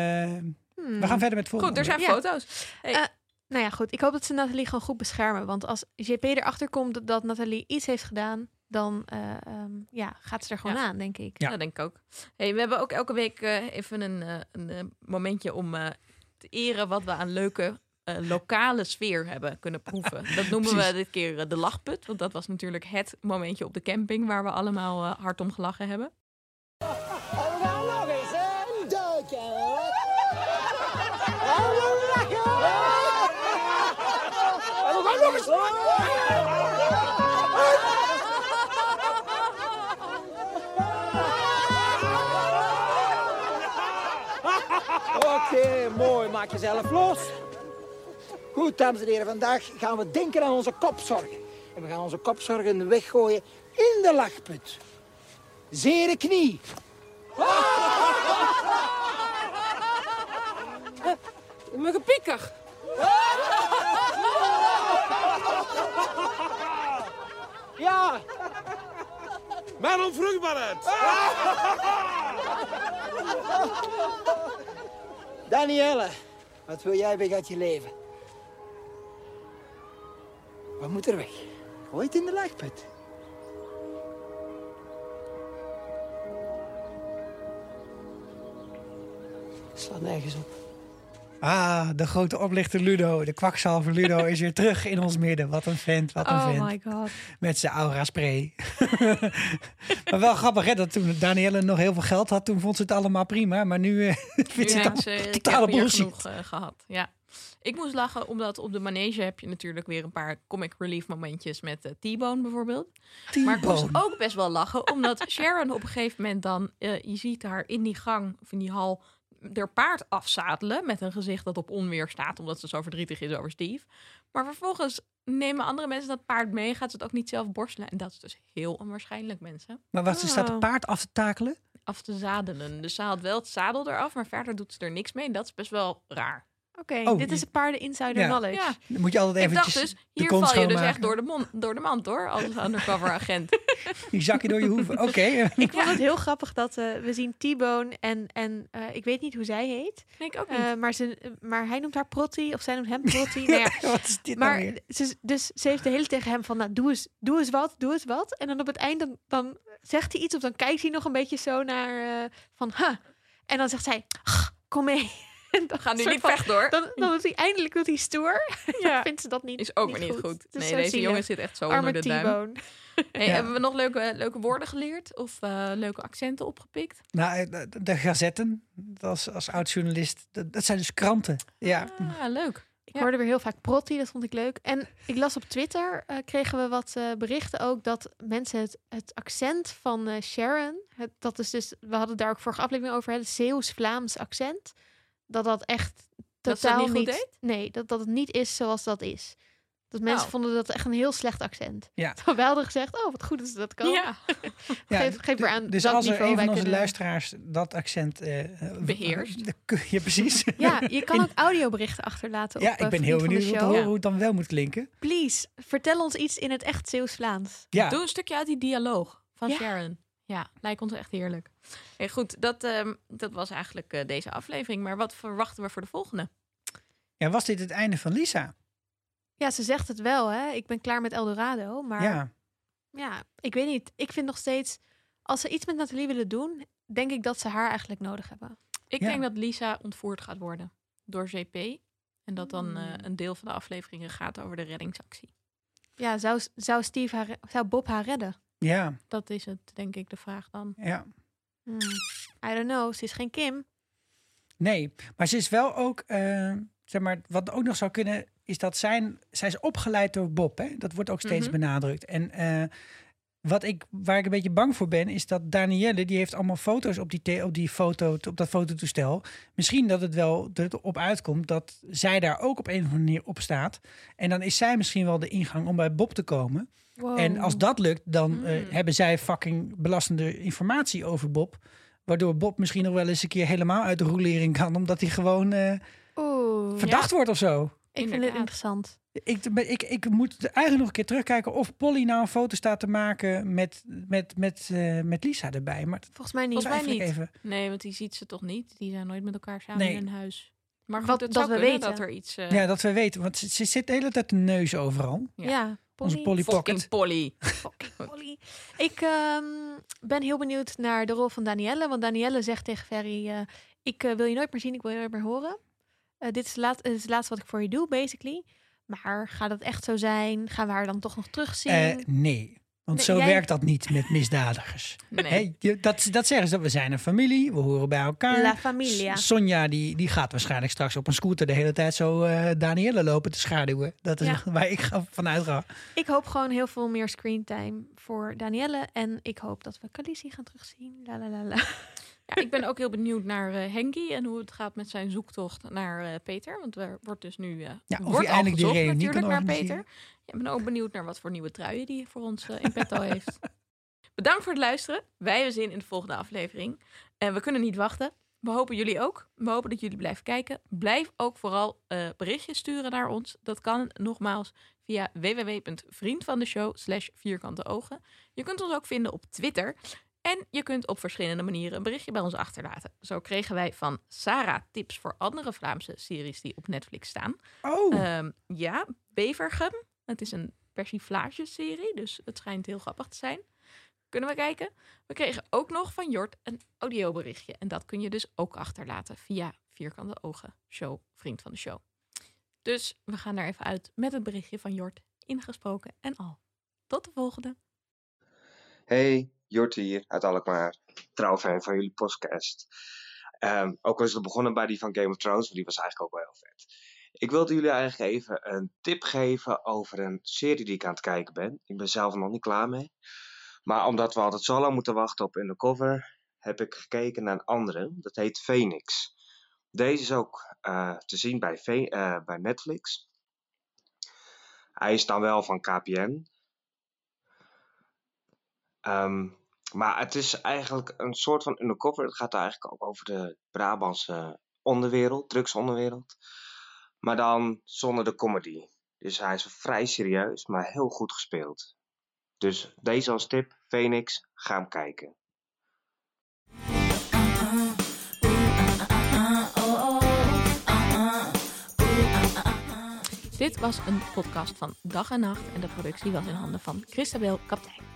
Hmm. we gaan verder met het volgende. Goed, er zijn Ja. foto's. Hey. Eh, Nou ja, goed. Ik hoop dat ze Nathalie gewoon goed beschermen. Want als J P erachter komt dat, dat Nathalie iets heeft gedaan... dan uh, um, ja, gaat ze er gewoon Ja. aan, denk ik. Ja. Dat denk ik ook. Hey, we hebben ook elke week uh, even een, uh, een uh, momentje om uh, te eren wat we aan leuke uh, lokale sfeer hebben kunnen proeven. Dat noemen Precies. we dit keer uh, de lachput. Want dat was natuurlijk het momentje op de camping waar we allemaal uh, hard om gelachen hebben. Oké, okay, mooi. Maak jezelf los. Goed, dames en heren. Vandaag gaan we denken aan onze kopzorgen. En we gaan onze kopzorgen weggooien in de lachput. Zere knie. Mijn gepieker. Ja. Mijn onvruchtbaarheid. Danielle, wat wil jij weg uit je leven? Wat moet er weg? Gooi het in de lachput. Slaat nergens op. Ah, de grote oplichter Ludo, de kwakzalver Ludo is weer terug in ons midden. Wat een vent, wat een Oh vent. my god. Met zijn aura spray. Maar wel grappig, hè, dat toen Danielle nog heel veel geld had, toen vond ze het allemaal prima. Maar nu uh, vindt Nu ze het denkt allemaal ze, ik totale heb hier bullshit. genoeg uh, gehad. Ja. Ik moest lachen, omdat op de manege heb je natuurlijk weer een paar comic relief momentjes met uh, T-Bone bijvoorbeeld. Maar ik moest ook best wel lachen, omdat Sharon op een gegeven moment dan, uh, je ziet haar in die gang of in die hal haar paard afzadelen met een gezicht dat op onweer staat, omdat ze zo verdrietig is over Steve. Maar vervolgens nemen andere mensen dat paard mee, gaat ze het ook niet zelf borstelen. En dat is dus heel onwaarschijnlijk, mensen. Maar wat, ze staat het paard af te takelen? Af te zadelen. Dus ze haalt wel het zadel eraf, maar verder doet ze er niks mee. En dat is best wel raar. Oké, okay, oh, dit is een paarden insider ja. knowledge. Ja. Dan moet je altijd eventjes Ik dacht dus, hier val je schoonmaken. Dus echt door de, mond, door de mand, hoor, als undercover agent. Die zak je door je hoeven. Oké. Okay. Ik vond het heel grappig dat uh, we zien T-Bone en, en uh, ik weet niet hoe zij heet. Nee, ik ook niet. Uh, maar, ze, maar hij noemt haar Protti of zij noemt hem Protti. Nou ja, wat is dit maar nou weer? Ze, dus ze heeft de hele tegen hem van, nou, doe eens, doe eens wat, doe eens wat. En dan op het eind dan, dan zegt hij iets of dan kijkt hij nog een beetje zo naar uh, van, ha. En dan zegt zij, kom mee. En dan gaan nu niet weg door. Dan, dan doet hij eindelijk doet hij stoer. Ja. Dan vindt ze dat niet. Is ook niet niet goed. goed. Nee, deze zielig. jongen zit echt zo Arme onder de duim. T-Bone. Hey, ja. Hebben we nog leuke, leuke woorden geleerd? Of uh, leuke accenten opgepikt? Nou, de, de gazetten, als, als oud-journalist, dat, dat zijn dus kranten. Ja. Ah, leuk. Ik hoorde weer heel vaak Protti, dat vond ik leuk. En ik las op Twitter, uh, kregen we wat uh, berichten ook, dat mensen het, het accent van uh, Sharon, het, dat is dus, we hadden daar ook vorige aflevering over, het Zeeuws-Vlaams accent, dat dat echt dat totaal dat niet goed niet, deed? nee, dat, dat het niet is zoals dat is. Dat mensen oh. vonden dat echt een heel slecht accent. Ja. Terwijl wij hadden gezegd, oh, wat goed dat ze dat kan. Ja. Ja, geef, geef maar aan dus dat als er niveau een van wij onze kunnen... luisteraars dat accent uh, beheerst. Ja, precies. Ja, je kan ook audioberichten achterlaten ja, op ik ben uh, heel benieuwd hoe, hoe, hoe het dan wel moet klinken. Please, vertel ons iets in het echt Zeeuws-Vlaams. Ja. Doe een stukje uit die dialoog van ja. Sharon. Ja, lijkt ons echt heerlijk. Hey, goed, dat, um, dat was eigenlijk uh, deze aflevering. Maar wat verwachten we voor de volgende? Ja, was dit het einde van Lisa? Ja, ze zegt het wel, hè. Ik ben klaar met Eldorado. Maar ja. ja, ik weet niet. Ik vind nog steeds, als ze iets met Nathalie willen doen, denk ik dat ze haar eigenlijk nodig hebben. Ik ja. denk dat Lisa ontvoerd gaat worden door J P. En dat dan uh, een deel van de afleveringen gaat over de reddingsactie. Ja, zou, zou, Steve haar, zou Bob haar redden? Ja. Dat is het, denk ik, de vraag dan. Ja. Hmm. I don't know, ze is geen Kim. Nee, maar ze is wel ook, uh, zeg maar, wat ook nog zou kunnen, is dat zijn, zij is opgeleid door Bob, hè? Dat wordt ook steeds mm-hmm. benadrukt. En uh, wat ik, waar ik een beetje bang voor ben, is dat Danielle, die heeft allemaal foto's op, die te, op, die foto, op dat fototoestel. Misschien dat het wel erop uitkomt dat zij daar ook op een of andere manier op staat. En dan is zij misschien wel de ingang om bij Bob te komen. Wow. En als dat lukt, dan Mm. uh, hebben zij fucking belastende informatie over Bob. Waardoor Bob misschien nog wel eens een keer helemaal uit de roelering kan. Omdat hij gewoon uh, Oeh, verdacht ja. wordt of zo. Ik Inderdaad. vind het interessant. Ik, ik, ik moet eigenlijk nog een keer terugkijken of Polly nou een foto staat te maken met, met, met, uh, met Lisa erbij. Maar volgens mij niet. Volgens mij niet. Even. Nee, want die ziet ze toch niet? Die zijn nooit met elkaar samen nee. in een huis. Maar goed, Wat, het dat zou we kunnen weten. dat er iets... Uh... Ja, dat we weten. Want ze, ze zit de hele tijd een neus overal. Ja, ja Onze Polly Pocket. Polly. Polly. Ik um, ben heel benieuwd naar de rol van Danielle. Want Danielle zegt tegen Ferry, uh, ik uh, wil je nooit meer zien, ik wil je nooit meer horen. Uh, dit is, laat, uh, is het laatste wat ik voor je doe, basically. Maar gaat het echt zo zijn? Gaan we haar dan toch nog terugzien? Uh, nee. Want nee, zo jij... werkt dat niet met misdadigers. Nee. Hey, dat, dat zeggen ze. We zijn een familie. We horen bij elkaar. La familia. Sonja die, die gaat waarschijnlijk straks op een scooter de hele tijd zo uh, Danielle lopen te schaduwen. Dat is ja. waar ik vanuit ga. Ik hoop gewoon heel veel meer screentime voor Danielle. En ik hoop dat we Khaleesi gaan terugzien. La la la la. Ja, ik ben ook heel benieuwd naar uh, Henky en hoe het gaat met zijn zoektocht naar uh, Peter. Want er wordt dus nu uh, ja, wordt hij eindelijk gezocht, die natuurlijk naar Peter. Ja, ik ben ook benieuwd naar wat voor nieuwe truien die voor ons uh, in petto heeft. Bedankt voor het luisteren. Wij hebben zin in de volgende aflevering. En we kunnen niet wachten. We hopen jullie ook. We hopen dat jullie blijven kijken. Blijf ook vooral uh, berichtjes sturen naar ons. Dat kan nogmaals via www.vriendvandeshow slash vierkante ogen. Je kunt ons ook vinden op Twitter. En je kunt op verschillende manieren een berichtje bij ons achterlaten. Zo kregen wij van Sarah tips voor andere Vlaamse series die op Netflix staan. Oh. Um, ja, Bevergem. Het is een persiflage-serie, dus het schijnt heel grappig te zijn. Kunnen we kijken? We kregen ook nog van Jort een audioberichtje. En dat kun je dus ook achterlaten via Vierkante Ogen show, vriend van de show. Dus we gaan daar even uit met het berichtje van Jort, ingesproken en al. Tot de volgende. Hey, Jort hier uit Alkmaar. Trouw fan van jullie podcast. Um, ook al is het begonnen bij die van Game of Thrones, want die was eigenlijk ook wel heel vet. Ik wilde jullie eigenlijk even een tip geven over een serie die ik aan het kijken ben. Ik ben zelf nog niet klaar mee. Maar omdat we altijd zo lang moeten wachten op Undercover, heb ik gekeken naar een andere. Dat heet Phoenix. Deze is ook uh, te zien bij, Ve- uh, bij Netflix. Hij is dan wel van K P N. Um, maar het is eigenlijk een soort van Undercover. Het gaat eigenlijk ook over de Brabantse onderwereld, drugsonderwereld. Maar dan zonder de comedy. Dus hij is vrij serieus, maar heel goed gespeeld. Dus deze als tip, Phoenix, ga hem kijken. Dit was een podcast van Dag en Nacht en de productie was in handen van Christabel Kaptein.